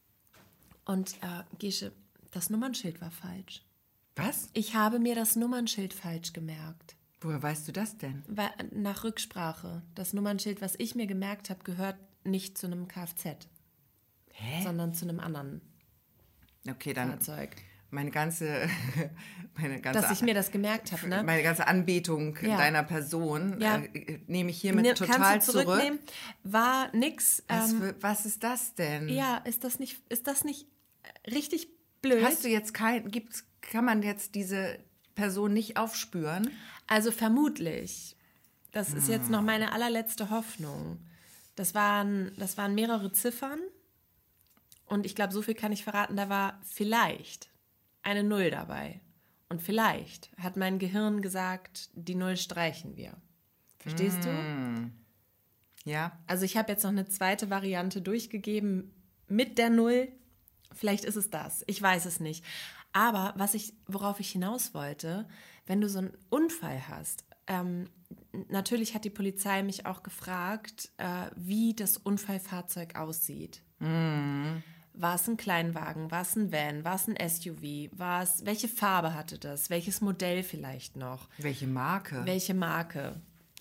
S2: Und äh, Gesche, das Nummernschild war falsch.
S1: Was?
S2: Ich habe mir das Nummernschild falsch gemerkt.
S1: Woher weißt du das denn?
S2: Weil, nach Rücksprache. Das Nummernschild, was ich mir gemerkt habe, gehört nicht zu einem Kfz.
S1: Hä?
S2: Sondern zu einem anderen
S1: Okay, dann
S2: Fahrzeug.
S1: meine ganze, meine ganze,
S2: Dass ich mir das gemerkt habe, ne?
S1: meine ganze Anbetung
S2: Ja.
S1: deiner Person
S2: Ja.
S1: äh, nehme ich hiermit
S2: Ne,
S1: total
S2: kannst du
S1: zurück.
S2: zurücknehmen? War nix.
S1: Was,
S2: Ähm,
S1: für, was ist das denn?
S2: ja, ist das nicht, ist das nicht richtig blöd?
S1: Hast du jetzt kein, gibt's, kann man jetzt diese Person nicht aufspüren?
S2: Also vermutlich. Das ist jetzt noch meine allerletzte Hoffnung. Das waren, das waren mehrere Ziffern. Und ich glaube, so viel kann ich verraten, da war vielleicht eine Null dabei. Und vielleicht hat mein Gehirn gesagt, die Null streichen wir. Verstehst du?
S1: Ja.
S2: Also ich habe jetzt noch eine zweite Variante durchgegeben mit der Null. Vielleicht ist es das. Ich weiß es nicht. Aber was ich, worauf ich hinaus wollte, wenn du so einen Unfall hast, ähm, natürlich hat die Polizei mich auch gefragt, äh, wie das Unfallfahrzeug aussieht.
S1: Mhm.
S2: War es ein Kleinwagen? War es ein Van? War es ein S U V? War es, welche Farbe hatte das? Welches Modell vielleicht noch?
S1: Welche Marke?
S2: Welche Marke?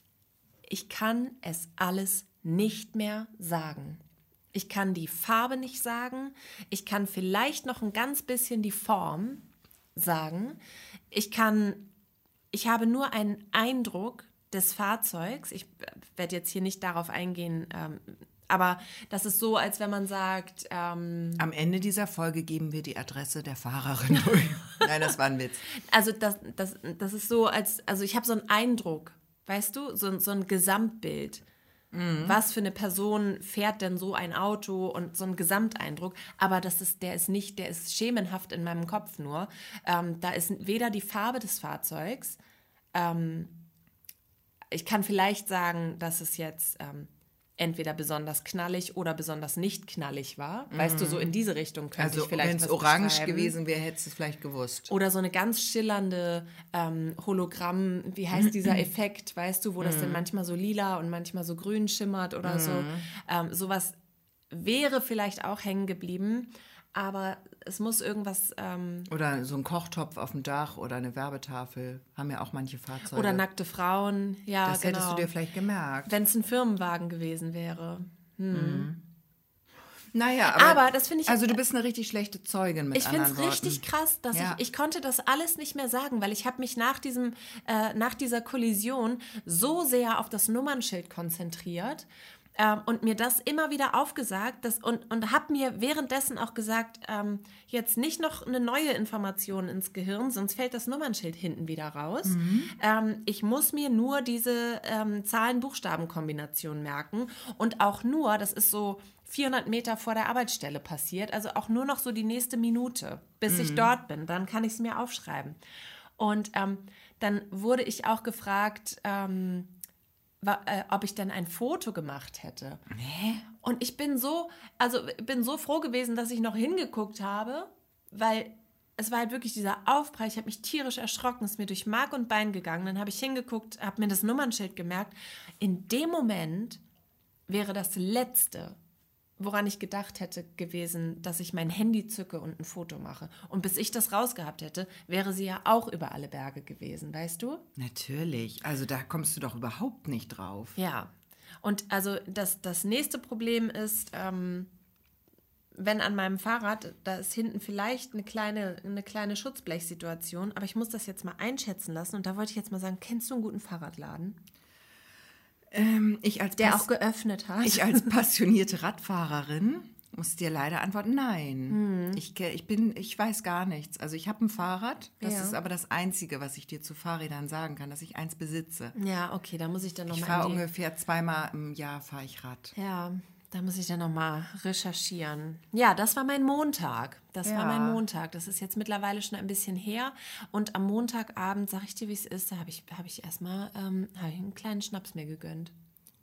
S2: Ich kann es alles nicht mehr sagen. Ich kann die Farbe nicht sagen. Ich kann vielleicht noch ein ganz bisschen die Form sagen. Ich kann, ich habe nur einen Eindruck des Fahrzeugs. Ich werde jetzt hier nicht darauf eingehen, ähm, aber das ist so, als wenn man sagt... Ähm,
S1: Am Ende dieser Folge geben wir die Adresse der Fahrerin durch. Nein, das war ein Witz.
S2: Also das, das, das ist so, als also ich habe so einen Eindruck, weißt du, so, so ein Gesamtbild. Mhm. Was für eine Person fährt denn so ein Auto und so ein Gesamteindruck. Aber das ist, der ist nicht, der ist schemenhaft in meinem Kopf nur. Ähm, da ist weder die Farbe des Fahrzeugs. Ähm, ich kann vielleicht sagen, dass es jetzt... Ähm, entweder besonders knallig oder besonders nicht knallig war. Mhm. Weißt du, so in diese Richtung könnte
S1: also,
S2: ich vielleicht
S1: wenn es
S2: was
S1: orange
S2: beschreiben.
S1: gewesen wäre, hättest du es vielleicht gewusst.
S2: Oder so eine ganz schillernde ähm, Hologramm, wie heißt dieser Effekt, weißt du, wo das dann manchmal so lila und manchmal so grün schimmert oder so. Ähm, sowas wäre vielleicht auch hängen geblieben, aber es muss irgendwas... Ähm,
S1: oder so ein Kochtopf auf dem Dach oder eine Werbetafel, haben ja auch manche Fahrzeuge.
S2: Oder nackte Frauen, ja,
S1: Das
S2: genau.
S1: hättest du dir vielleicht gemerkt.
S2: Wenn es ein Firmenwagen gewesen wäre. Hm.
S1: Mhm. Naja, aber,
S2: aber das finde ich...
S1: Also du bist eine richtig schlechte Zeugin mit
S2: Ich finde
S1: anderen
S2: es richtig
S1: Worten.
S2: krass, dass
S1: Ja.
S2: ich, ich konnte das alles nicht mehr sagen, weil ich habe mich nach diesem, äh, nach dieser Kollision so sehr auf das Nummernschild konzentriert ähm, und mir das immer wieder aufgesagt dass, und, und habe mir währenddessen auch gesagt, ähm, jetzt nicht noch eine neue Information ins Gehirn, sonst fällt das Nummernschild hinten wieder raus. Mhm. Ähm, ich muss mir nur diese ähm, Zahlen-Buchstaben-Kombination merken und auch nur, das ist so vierhundert Meter vor der Arbeitsstelle passiert, also auch nur noch so die nächste Minute, bis mhm. ich dort bin, dann kann ich es mir aufschreiben. Und ähm, dann wurde ich auch gefragt, ähm, wa- äh, ob ich denn ein Foto gemacht hätte.
S1: Nee.
S2: Und ich bin so, also bin so froh gewesen, dass ich noch hingeguckt habe, weil es war halt wirklich dieser Aufprall. Ich habe mich tierisch erschrocken, es ist mir durch Mark und Bein gegangen. Dann habe ich hingeguckt, habe mir das Nummernschild gemerkt. In dem Moment wäre das Letzte, woran ich gedacht hätte, gewesen, dass ich mein Handy zücke und ein Foto mache. Und bis ich das rausgehabt hätte, wäre sie ja auch über alle Berge gewesen, weißt du?
S1: Natürlich. Also da kommst du doch überhaupt nicht drauf.
S2: Ja. Und also das, das nächste Problem ist, ähm, wenn an meinem Fahrrad, da ist hinten vielleicht eine kleine, eine kleine Schutzblechsituation, aber ich muss das jetzt mal einschätzen lassen und da wollte ich jetzt mal sagen, kennst du einen guten Fahrradladen?
S1: Ähm, ich als
S2: Der
S1: Pass-
S2: auch geöffnet hat.
S1: Ich als passionierte Radfahrerin Muss dir leider antworten, nein. Mhm. Ich, ich bin, ich weiß gar nichts. Also ich habe ein Fahrrad, das
S2: Ja.
S1: ist aber das Einzige, was ich dir zu Fahrrädern sagen kann, dass ich eins besitze.
S2: Ja, okay, da muss ich dann
S1: Ich
S2: nochmal...
S1: fahre ungefähr zweimal im Jahr fahre ich Rad.
S2: Ja, da muss ich dann nochmal recherchieren. Ja, das war mein Montag. Das
S1: Ja.
S2: war mein Montag. Das ist jetzt mittlerweile schon ein bisschen her. Und am Montagabend, sag ich dir, wie es ist, da habe ich, hab ich erstmal ähm, hab ich einen kleinen Schnaps mir gegönnt.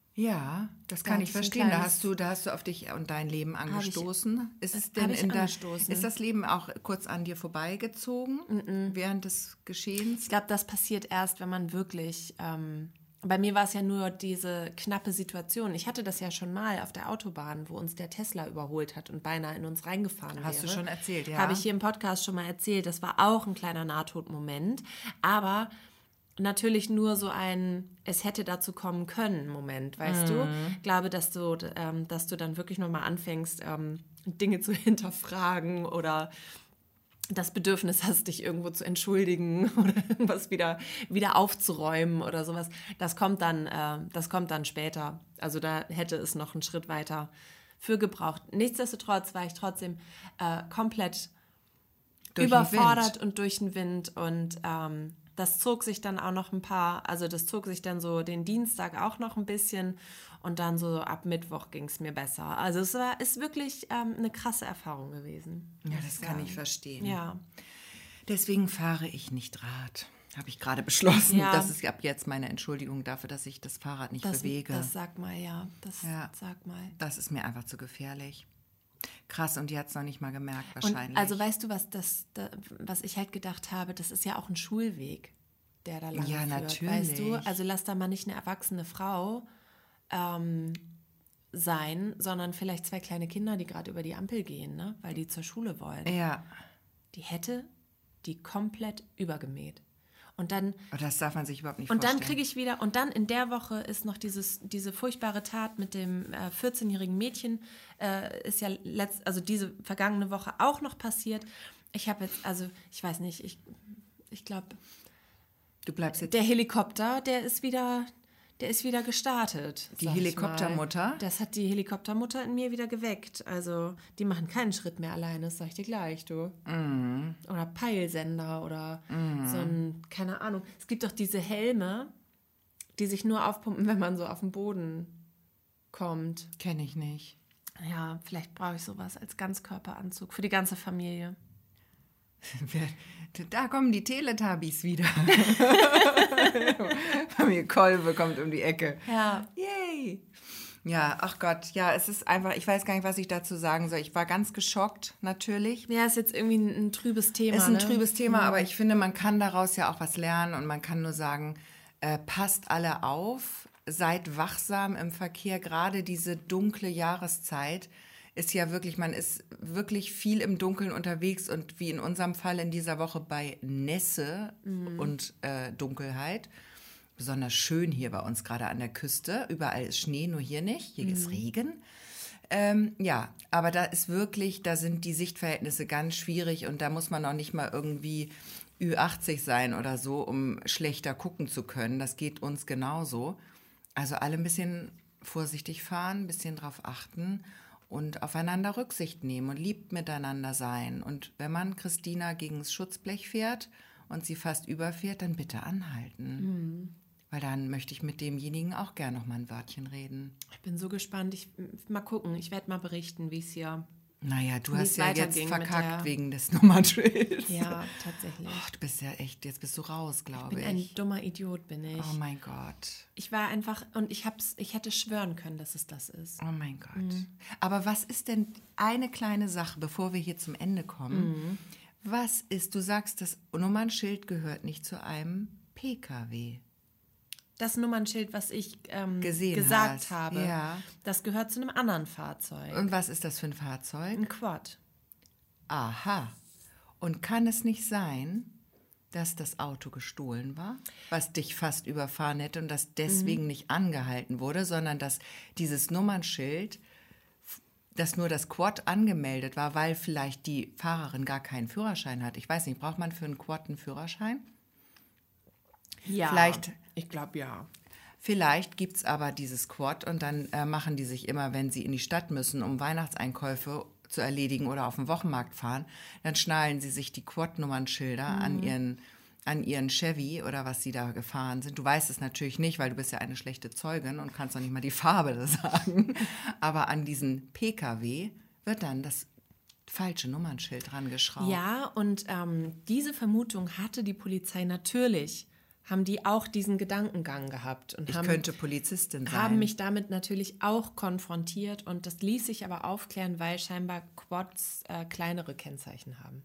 S1: Ja, das
S2: Da
S1: kann
S2: hab
S1: ich
S2: ich ein
S1: verstehen. Da
S2: kleines-
S1: hast du, da hast du auf dich und dein Leben angestoßen. ist es
S2: hab
S1: denn
S2: ich
S1: in der,
S2: angestoßen.
S1: ist das Leben auch kurz an dir vorbeigezogen während des Geschehens?
S2: Ich glaube, das passiert erst, wenn man wirklich... Ähm, bei mir war es ja nur diese knappe Situation. Ich hatte das ja schon mal auf der Autobahn, wo uns der Tesla überholt hat und beinahe in uns reingefahren wäre.
S1: Hast du schon erzählt, ja?
S2: Habe ich hier im Podcast schon mal erzählt. Das war auch ein kleiner Nahtodmoment. Aber natürlich nur so ein, es hätte dazu kommen können Moment, weißt du? Ich glaube, dass du, ähm, dass du dann wirklich nochmal anfängst, ähm, Dinge zu hinterfragen oder das Bedürfnis hast, dich irgendwo zu entschuldigen oder irgendwas wieder, wieder aufzuräumen oder sowas. Das kommt dann, äh, das kommt dann später. Also da hätte es noch einen Schritt weiter für gebraucht. Nichtsdestotrotz war ich trotzdem äh, komplett
S1: Durch den
S2: überfordert
S1: Wind.
S2: und durch den Wind. Und ähm, das zog sich dann auch noch ein paar, also das zog sich dann so den Dienstag auch noch ein bisschen. Und dann so ab Mittwoch ging es mir besser. Also es war, ist wirklich ähm, eine krasse Erfahrung gewesen.
S1: Ja,
S2: muss
S1: das
S2: ich
S1: kann
S2: sagen.
S1: ich verstehen.
S2: Ja.
S1: Deswegen fahre ich nicht Rad. Habe ich gerade beschlossen.
S2: Ja.
S1: Das ist ab jetzt meine Entschuldigung dafür, dass ich das Fahrrad nicht
S2: Das,
S1: bewege.
S2: das sag mal, ja. Das
S1: Ja.
S2: sag mal.
S1: Das ist mir einfach zu gefährlich. Krass, und die hat es noch nicht mal gemerkt,
S2: Und
S1: wahrscheinlich.
S2: also weißt du, was das, da, was ich halt gedacht habe, das ist ja auch ein Schulweg, der da lang
S1: Ja,
S2: führt.
S1: natürlich.
S2: Weißt du, also lass da mal nicht eine erwachsene Frau ähm, sein, sondern vielleicht zwei kleine Kinder, die gerade über die Ampel gehen, ne? Weil die zur Schule wollen.
S1: ja,
S2: Die hätte die komplett übergemäht. Und dann
S1: aber das darf man sich überhaupt nicht
S2: Und dann
S1: vorstellen.
S2: kriege ich wieder, und dann in der Woche ist noch dieses, diese furchtbare Tat mit dem äh, vierzehnjährigen Mädchen, äh, ist ja letzt, also diese vergangene Woche auch noch passiert. Ich habe jetzt, also ich weiß nicht, ich, ich glaube,
S1: Du bleibst jetzt
S2: der Helikopter, der ist wieder, der ist wieder gestartet.
S1: Die
S2: sag ich
S1: Helikoptermutter?
S2: mal. Das hat die Helikoptermutter in mir wieder geweckt. Also die machen keinen Schritt mehr alleine, das sag ich dir gleich, du.
S1: Mhm.
S2: Oder Peilsender oder so ein, keine Ahnung. Es gibt doch diese Helme, die sich nur aufpumpen, wenn man so auf den Boden kommt.
S1: Kenne ich nicht.
S2: Ja, vielleicht brauche ich sowas als Ganzkörperanzug für die ganze Familie.
S1: Da kommen die Teletubbies wieder. Familie Kolbe kommt um die Ecke.
S2: Ja.
S1: Yay! Ja, ach Gott, ja, es ist einfach, ich weiß gar nicht, was ich dazu sagen soll. Ich war ganz geschockt, natürlich.
S2: Ja, ist jetzt irgendwie ein, ein trübes Thema.
S1: Es ist ein
S2: ne?
S1: trübes Thema, aber ich finde, man kann daraus ja auch was lernen und man kann nur sagen, äh, passt alle auf, seid wachsam im Verkehr. Gerade diese dunkle Jahreszeit ist ja wirklich, man ist wirklich viel im Dunkeln unterwegs und wie in unserem Fall in dieser Woche bei Nässe und äh, Dunkelheit. Besonders schön hier bei uns gerade an der Küste. Überall ist Schnee, nur hier nicht. Hier ist Regen. Ähm, ja, aber da ist wirklich, da sind die Sichtverhältnisse ganz schwierig und da muss man auch nicht mal irgendwie Ü achtzig sein oder so, um schlechter gucken zu können. Das geht uns genauso. Also alle ein bisschen vorsichtig fahren, ein bisschen drauf achten und aufeinander Rücksicht nehmen und lieb miteinander sein. Und wenn man Christina gegen das Schutzblech fährt und sie fast überfährt, dann bitte anhalten. Weil dann möchte ich mit demjenigen auch gerne noch mal ein Wörtchen reden.
S2: Ich bin so gespannt. Ich, mal gucken, ich werde mal berichten, wie es hier...
S1: Naja, du
S2: Wie
S1: hast
S2: es
S1: ja jetzt
S2: weiterging mit
S1: verkackt
S2: der-
S1: wegen des Nummernschilds.
S2: Ja, tatsächlich.
S1: Ach, du bist ja echt, jetzt bist du raus, glaube
S2: Ich
S1: ich.
S2: bin ein dummer Idiot, bin ich.
S1: Oh mein Gott.
S2: Ich war einfach, und ich, hab's, ich hätte schwören können, dass es das ist.
S1: Oh mein Gott. Aber was ist denn eine kleine Sache, bevor wir hier zum Ende kommen? Was ist, du sagst, das Nummernschild gehört nicht zu einem P K W.
S2: Das Nummernschild, was ich ähm,
S1: Gesehen
S2: gesagt
S1: hast.
S2: habe,
S1: Ja.
S2: das gehört zu einem anderen Fahrzeug.
S1: Und was ist das für ein Fahrzeug?
S2: Ein Quad.
S1: Aha. Und kann es nicht sein, dass das Auto gestohlen war, was dich fast überfahren hätte und das deswegen nicht angehalten wurde, sondern dass dieses Nummernschild, dass nur das Quad angemeldet war, weil vielleicht die Fahrerin gar keinen Führerschein hat. Ich weiß nicht, braucht man für einen Quad einen Führerschein?
S2: Ja,
S1: Vielleicht-
S2: ich glaube ja.
S1: Vielleicht gibt es aber dieses Quad und dann äh, machen die sich immer, wenn sie in die Stadt müssen, um Weihnachtseinkäufe zu erledigen oder auf den Wochenmarkt fahren, dann schnallen sie sich die Quad-Nummernschilder mhm. an ihren an ihren Chevy oder was sie da gefahren sind. Du weißt es natürlich nicht, weil du bist ja eine schlechte Zeugin und kannst doch nicht mal die Farbe sagen. Aber an diesen P K W wird dann das falsche Nummernschild dran geschraubt.
S2: Ja, und ähm, diese Vermutung hatte die Polizei natürlich. Haben die auch diesen Gedankengang gehabt. Und
S1: ich
S2: haben,
S1: könnte Polizistin sein.
S2: Haben mich damit natürlich auch konfrontiert. Und das ließ sich aber aufklären, weil scheinbar Quads äh, kleinere Kennzeichen haben.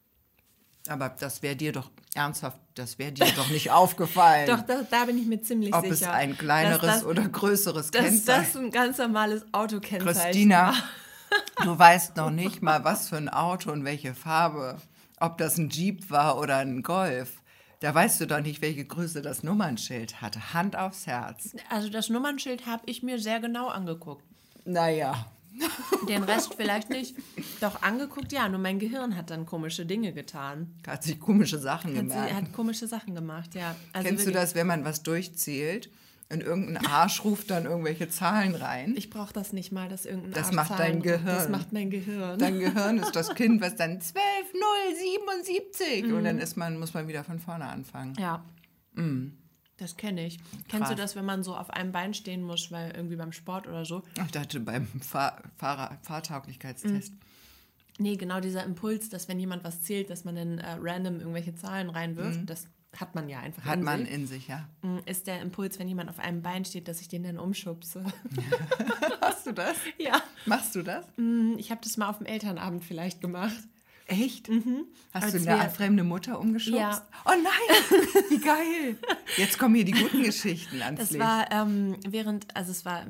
S1: Aber das wäre dir doch, ernsthaft, das wäre dir doch nicht aufgefallen.
S2: Doch, da, da bin ich mir ziemlich
S1: Ob
S2: sicher.
S1: Ob es ein kleineres
S2: das,
S1: oder größeres
S2: dass
S1: Kennzeichen.
S2: Dass das ein ganz normales Autokennzeichen
S1: Christina, du weißt noch nicht mal, was für ein Auto und welche Farbe. Ob das ein Jeep war oder ein Golf. Da weißt du doch nicht, welche Größe das Nummernschild hatte. Hand aufs Herz.
S2: Also das Nummernschild habe ich mir sehr genau angeguckt.
S1: Naja.
S2: Den Rest vielleicht nicht. Doch angeguckt, ja, nur mein Gehirn hat dann komische Dinge getan.
S1: Hat sich komische Sachen
S2: hat
S1: gemerkt.
S2: Sie, hat komische Sachen gemacht, ja. Also
S1: Kennst
S2: wirklich,
S1: du das, wenn man was durchzählt und irgendein Arsch ruft dann irgendwelche Zahlen rein?
S2: Ich brauche das nicht mal, dass irgendein
S1: das
S2: Arsch
S1: macht
S2: Zahlen
S1: dein Gehirn.
S2: ruft. Das macht mein Gehirn.
S1: Dein Gehirn ist das Kind, was dann zwölf null siebenundsiebzig mhm. und dann ist man, muss man wieder von vorne anfangen.
S2: Ja.
S1: Mhm.
S2: Das kenne ich. Kennst du das, wenn man so auf einem Bein stehen muss, weil irgendwie beim Sport oder so?
S1: Ich dachte beim Fahr- Fahrer- Fahrtauglichkeitstest.
S2: Mhm. Nee, genau dieser Impuls, dass wenn jemand was zählt, dass man dann äh, random irgendwelche Zahlen reinwirft, mhm. das hat man ja einfach
S1: hat
S2: in
S1: man
S2: sich.
S1: in sich, ja.
S2: Ist der Impuls, wenn jemand auf einem Bein steht, dass ich den dann umschubse.
S1: Hast du das?
S2: Ja.
S1: Machst du das?
S2: Ich habe das mal auf dem Elternabend vielleicht gemacht.
S1: Echt?
S2: Mhm.
S1: Hast
S2: Als
S1: du eine
S2: wir,
S1: fremde Mutter umgeschubst?
S2: Ja.
S1: Oh nein, wie geil. Jetzt kommen hier die guten Geschichten ans
S2: das
S1: Licht.
S2: Das war ähm, während, also es war,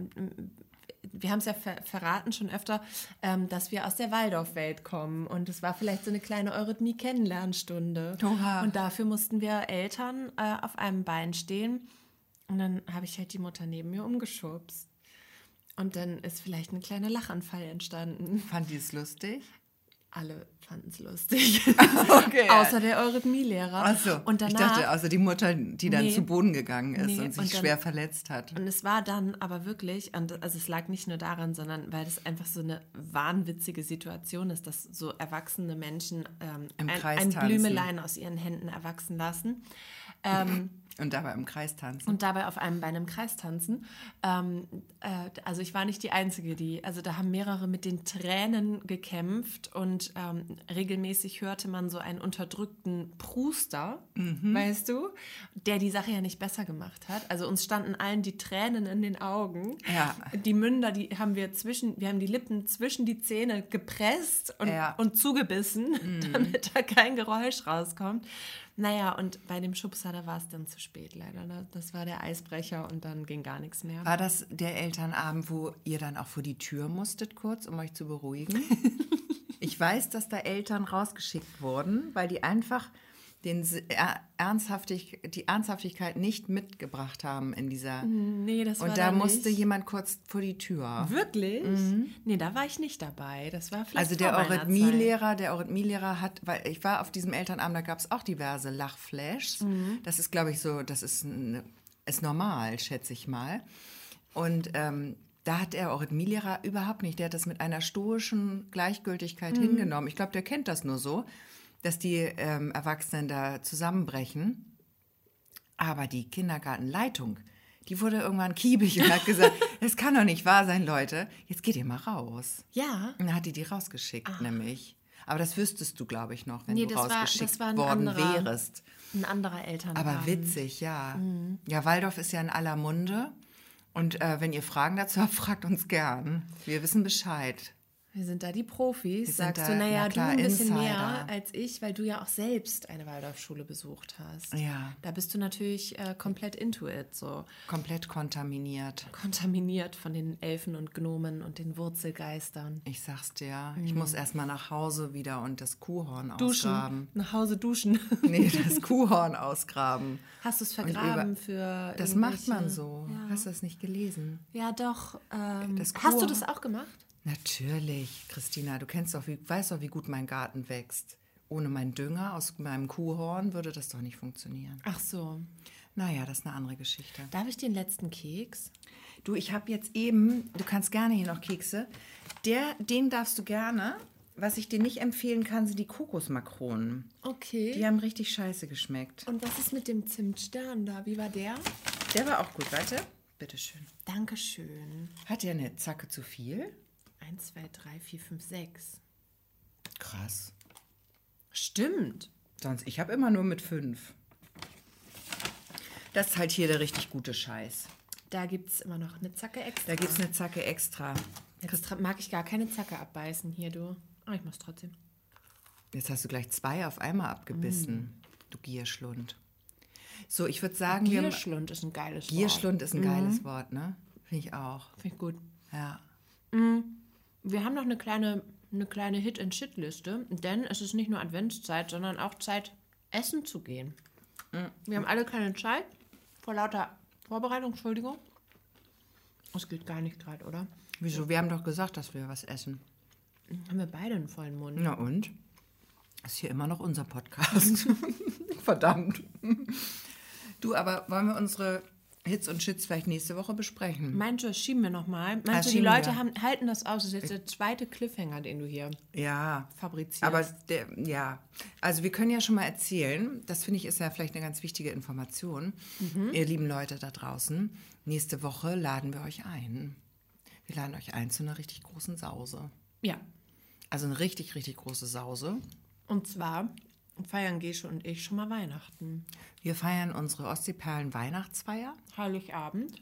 S2: wir haben es ja ver- verraten schon öfter, ähm, dass wir aus der Waldorfwelt kommen. Und es war vielleicht so eine kleine Eurythmie-Kennenlernstunde.
S1: Oha.
S2: Und dafür mussten wir Eltern äh, auf einem Bein stehen. Und dann habe ich halt die Mutter neben mir umgeschubst. Und dann ist vielleicht ein kleiner Lachanfall entstanden.
S1: Fand die es lustig?
S2: Alle fanden es lustig.
S1: Okay.
S2: Außer der Eurythmielehrer.
S1: Ach so.
S2: Und danach,
S1: ich dachte, außer die Mutter, die dann
S2: nee,
S1: zu Boden gegangen ist
S2: nee,
S1: und sich
S2: und dann,
S1: schwer verletzt hat.
S2: Und es war dann aber wirklich, und also es lag nicht nur daran, sondern weil das einfach so eine wahnwitzige Situation ist, dass so erwachsene Menschen ähm,
S1: Im
S2: ein,
S1: Kreis
S2: ein
S1: tanzen.
S2: Blümelein aus ihren Händen erwachsen lassen. Ähm,
S1: Und dabei im Kreis tanzen.
S2: Und dabei auf einem Bein im Kreis tanzen. Ähm, äh, also ich war nicht die Einzige, die, also da haben mehrere mit den Tränen gekämpft und ähm, regelmäßig hörte man so einen unterdrückten Pruster, mhm. weißt du, der die Sache ja nicht besser gemacht hat. Also uns standen allen die Tränen in den Augen.
S1: Ja.
S2: Die Münder, die haben wir zwischen, wir haben die Lippen zwischen die Zähne gepresst und,
S1: ja.
S2: und zugebissen, mhm. damit da kein Geräusch rauskommt. Naja, und bei dem Schubser, da war es dann zu spät leider. Ne? Das war der Eisbrecher und dann ging gar nichts mehr.
S1: War das der Elternabend, wo ihr dann auch vor die Tür musstet kurz, um euch zu beruhigen? Ich weiß, dass da Eltern rausgeschickt wurden, weil die einfach den Ernsthaftig, die Ernsthaftigkeit nicht mitgebracht haben in dieser...
S2: Nee, das war
S1: Und da
S2: da
S1: musste
S2: nicht.
S1: jemand kurz vor die Tür.
S2: Wirklich?
S1: Mhm.
S2: Nee, da war ich nicht dabei. Das war vielleicht
S1: Also der
S2: vor meiner
S1: Eurythmielehrer, der Eurythmielehrer hat, weil ich war auf diesem Elternabend, da gab es auch diverse Lachflashs. Mhm. Das ist, glaube ich, so, das ist, ein, ist normal, schätze ich mal. Und ähm, da hat der Eurythmielehrer überhaupt nicht, der hat das mit einer stoischen Gleichgültigkeit mhm. hingenommen. Ich glaube, der kennt das nur so, dass die ähm, Erwachsenen da zusammenbrechen. Aber die Kindergartenleitung, die wurde irgendwann kiebig und hat gesagt, es kann doch nicht wahr sein, Leute, jetzt geht ihr mal raus.
S2: Ja.
S1: Und dann hat die die rausgeschickt, Ach. nämlich. Aber das wüsstest du, glaube ich, noch, wenn
S2: nee,
S1: du
S2: das
S1: rausgeschickt
S2: war, das war ein
S1: worden
S2: anderer,
S1: wärst.
S2: Ein anderer Elternabend.
S1: Aber witzig, ja.
S2: Mhm.
S1: Ja, Waldorf ist ja in aller Munde. Und äh, wenn ihr Fragen dazu habt, fragt uns gern. Wir wissen Bescheid.
S2: Wir sind da die Profis.
S1: Wir
S2: Sagst
S1: da,
S2: du, naja,
S1: na klar,
S2: du ein bisschen
S1: Insider.
S2: mehr als ich, weil du ja auch selbst eine Waldorfschule besucht hast.
S1: Ja.
S2: Da bist du natürlich äh, komplett into it, so.
S1: Komplett kontaminiert.
S2: Kontaminiert von den Elfen und Gnomen und den Wurzelgeistern.
S1: Ich sag's dir, mhm. ich muss erstmal nach Hause wieder und das Kuhhorn
S2: duschen.
S1: ausgraben.
S2: Nach Hause duschen.
S1: Nee, das Kuhhorn ausgraben.
S2: Hast du es vergraben
S1: über,
S2: für
S1: Das macht man so. Ja. Hast du das nicht gelesen?
S2: Ja, doch. Ähm,
S1: das
S2: hast du das auch gemacht?
S1: Natürlich, Christina, du kennst doch, wie, weißt doch, wie gut mein Garten wächst. Ohne meinen Dünger aus meinem Kuhhorn würde das doch nicht funktionieren.
S2: Ach so.
S1: Naja, das ist eine andere Geschichte.
S2: Darf ich den letzten Keks?
S1: Du, ich habe jetzt eben, du kannst gerne hier noch Kekse. Der, den darfst du gerne. Was ich dir nicht empfehlen kann, sind die Kokosmakronen.
S2: Okay.
S1: Die haben richtig scheiße geschmeckt.
S2: Und was ist mit dem Zimtstern da? Wie war der?
S1: Der war auch gut, warte. Bitteschön.
S2: Dankeschön.
S1: Hat der eine Zacke zu viel?
S2: Eins, zwei, drei, vier, fünf, sechs.
S1: Krass.
S2: Stimmt.
S1: Sonst, ich habe immer nur mit fünf. Das ist halt hier der richtig gute Scheiß.
S2: Da gibt es immer noch eine Zacke extra.
S1: Da gibt es eine Zacke extra.
S2: Jetzt tra- mag ich gar keine Zacke abbeißen hier, du. Ah, ich mach's trotzdem.
S1: Jetzt hast du gleich zwei auf einmal abgebissen. Mm. Du Gierschlund. So, ich würde sagen...
S2: Gierschlund ist ein geiles Wort.
S1: Gierschlund ist ein geiles mhm. Wort, ne? Finde ich auch.
S2: Finde ich gut.
S1: Ja.
S2: Mm. Wir haben noch eine kleine, eine kleine Hit-and-Shit-Liste, denn es ist nicht nur Adventszeit, sondern auch Zeit, essen zu gehen. Mm. Wir haben alle keine Zeit, vor lauter Vorbereitung, Entschuldigung. Das geht gar nicht gerade, oder?
S1: Wieso? Wir haben doch gesagt, dass wir was essen.
S2: Haben wir beide einen vollen Mund.
S1: Na und? Ist hier immer noch unser Podcast. Verdammt. Du, aber wollen wir unsere Hits und Shits vielleicht nächste Woche besprechen?
S2: Meinst du, das schieben wir nochmal? Meinst
S1: Ah,
S2: du, die Leute haben, halten das aus? Das ist jetzt der zweite Cliffhanger, den du hier
S1: ja,
S2: fabrizierst.
S1: Aber der, ja, also wir können ja schon mal erzählen, das finde ich ist ja vielleicht eine ganz wichtige Information, mhm. ihr lieben Leute da draußen, nächste Woche laden wir euch ein. Wir laden euch ein zu einer richtig großen Sause.
S2: Ja.
S1: Also eine richtig, richtig große Sause.
S2: Und zwar feiern Gesche und ich schon mal Weihnachten.
S1: Wir feiern unsere Ostseeperlen-Weihnachtsfeier.
S2: Heiligabend.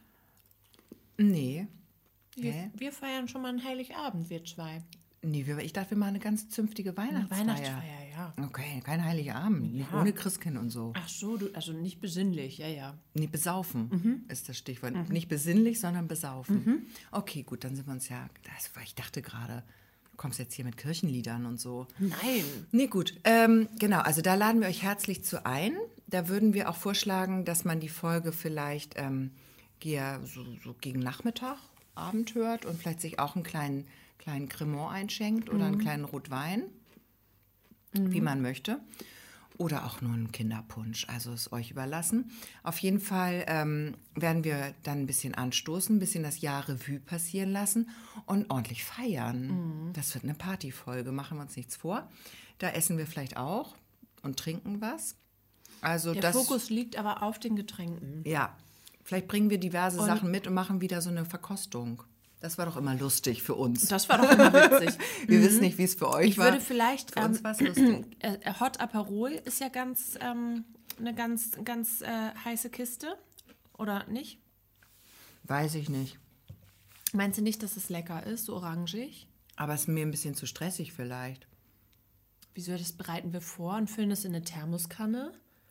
S1: Nee.
S2: Wir, nee. wir feiern schon mal einen Heiligabend, wir zwei.
S1: Nee, wir, ich dachte, wir machen eine ganz zünftige Weihnachtsfeier.
S2: Eine Weihnachtsfeier, ja.
S1: Okay, kein Heiligabend. Ja. Nicht ohne Christkind und so.
S2: Ach so, du, also nicht besinnlich, ja, ja.
S1: Nee, besaufen
S2: mhm.
S1: ist das Stichwort.
S2: Mhm.
S1: Nicht besinnlich, sondern besaufen.
S2: Mhm.
S1: Okay, gut, dann sind wir uns ja... Das, ich dachte gerade... Du kommst jetzt hier mit Kirchenliedern und so.
S2: Nein.
S1: Nee, gut. Ähm, genau, also da laden wir euch herzlich zu ein. Da würden wir auch vorschlagen, dass man die Folge vielleicht ähm, so, so gegen Nachmittag, Abend hört und vielleicht sich auch einen kleinen, kleinen Cremant einschenkt oder mhm. einen kleinen Rotwein, mhm. wie man möchte. Oder auch nur einen Kinderpunsch, also ist euch überlassen. Auf jeden Fall ähm, werden wir dann ein bisschen anstoßen, ein bisschen das Jahr Revue passieren lassen und ordentlich feiern. Mhm. Das wird eine Partyfolge, machen wir uns nichts vor. Da essen wir vielleicht auch und trinken was. Also
S2: Der
S1: das,
S2: Fokus liegt aber auf den Getränken.
S1: Ja, vielleicht bringen wir diverse
S2: und
S1: Sachen mit und machen wieder so eine Verkostung. Das war doch immer lustig für uns.
S2: Das war doch immer witzig.
S1: Wir
S2: mhm.
S1: wissen nicht, wie es für euch
S2: ich
S1: war.
S2: Ich würde vielleicht...
S1: Für uns
S2: ähm,
S1: war es lustig.
S2: Äh, Hot Aperol ist ja ganz ähm, eine ganz, ganz äh, heiße Kiste. Oder nicht?
S1: Weiß ich nicht.
S2: Meinst du nicht, dass es lecker ist, so orangig?
S1: Aber es ist mir ein bisschen zu stressig vielleicht.
S2: Wieso, das bereiten wir vor und füllen es in eine Thermoskanne.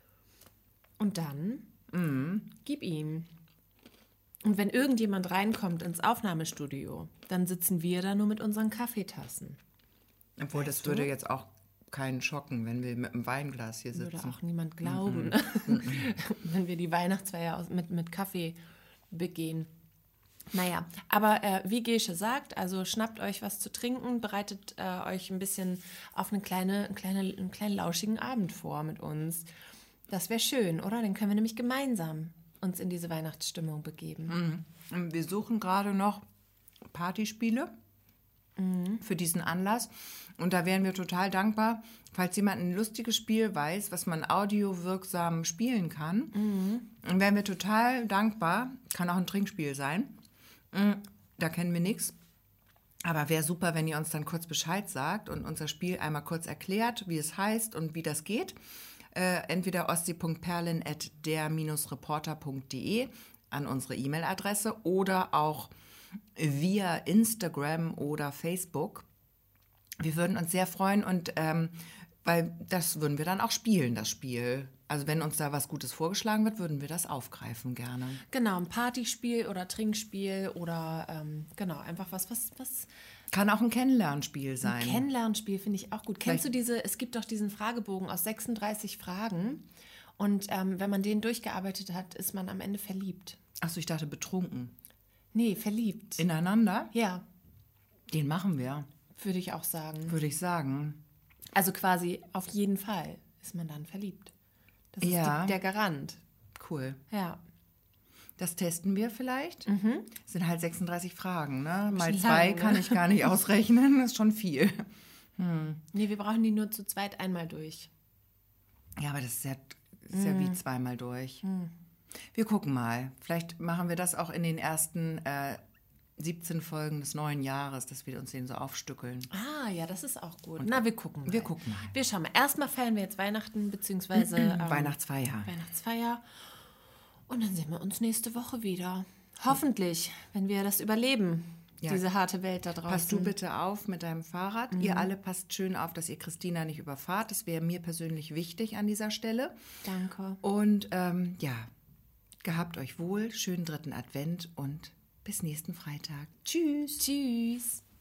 S2: Und dann
S1: mhm.
S2: gib ihm. Und wenn irgendjemand reinkommt ins Aufnahmestudio, dann sitzen wir da nur mit unseren Kaffeetassen.
S1: Obwohl, weißt das du? würde jetzt auch keinen schocken, wenn wir mit einem Weinglas hier sitzen.
S2: Würde auch niemand glauben,
S1: mm-mm.
S2: wenn wir die Weihnachtsfeier mit, mit Kaffee begehen. Naja, aber äh, wie Gesche sagt, also schnappt euch was zu trinken, bereitet äh, euch ein bisschen auf eine kleine, eine kleine, einen kleinen lauschigen Abend vor mit uns. Das wäre schön, oder? Dann können wir nämlich gemeinsam uns in diese Weihnachtsstimmung begeben.
S1: Mhm. Wir suchen gerade noch Partyspiele mhm. für diesen Anlass. Und da wären wir total dankbar, falls jemand ein lustiges Spiel weiß, was man audiowirksam spielen kann.
S2: Mhm.
S1: Dann wären wir total dankbar. Kann auch ein Trinkspiel sein. Da kennen wir nichts. Aber wäre super, wenn ihr uns dann kurz Bescheid sagt und unser Spiel einmal kurz erklärt, wie es heißt und wie das geht. Äh, entweder ostsee punkt perlen at der reporter punkt de an unsere E-Mail-Adresse oder auch via Instagram oder Facebook. Wir würden uns sehr freuen und ähm, weil das würden wir dann auch spielen, das Spiel. Also wenn uns da was Gutes vorgeschlagen wird, würden wir das aufgreifen gerne.
S2: Genau, ein Partyspiel oder Trinkspiel oder ähm, genau, einfach was, was, was...
S1: Kann auch ein Kennenlernspiel sein.
S2: Ein Kennenlernspiel finde ich auch gut. Vielleicht. Kennst du diese, es gibt doch diesen Fragebogen aus sechsunddreißig Fragen und ähm, wenn man den durchgearbeitet hat, ist man am Ende verliebt.
S1: Achso, ich dachte betrunken.
S2: Nee, verliebt.
S1: Ineinander?
S2: Ja.
S1: Den machen wir.
S2: Würde ich auch sagen.
S1: Würde ich sagen.
S2: Also quasi auf jeden Fall ist man dann verliebt. Das ist
S1: ja.
S2: die, der Garant.
S1: Cool.
S2: Ja.
S1: Das testen wir vielleicht.
S2: Mhm.
S1: Das sind halt sechsunddreißig Fragen, ne? Mal
S2: Bisschen
S1: zwei
S2: lang, ne?
S1: kann ich gar nicht ausrechnen. Das ist schon viel. Hm.
S2: Nee, wir brauchen die nur zu zweit einmal durch.
S1: Ja, aber das ist ja, das ist ja wie zweimal durch. Wir gucken mal. Vielleicht machen wir das auch in den ersten äh, siebzehn Folgen des neuen Jahres, dass wir uns den so aufstückeln.
S2: Ah, ja, das ist auch gut. Na, wir gucken mal.
S1: Wir gucken mal.
S2: Wir schauen mal. Erstmal feiern wir jetzt Weihnachten, beziehungsweise ähm,
S1: Weihnachtsfeier.
S2: Weihnachtsfeier. Und dann sehen wir uns nächste Woche wieder. Hoffentlich, wenn wir das überleben,
S1: Ja.
S2: diese harte Welt da draußen.
S1: Pass du bitte auf mit deinem Fahrrad. Ihr alle passt schön auf, dass ihr Christina nicht überfahrt. Das wäre mir persönlich wichtig an dieser Stelle.
S2: Danke.
S1: Und ähm, ja, gehabt euch wohl, schönen dritten Advent und bis nächsten Freitag. Tschüss.
S2: Tschüss.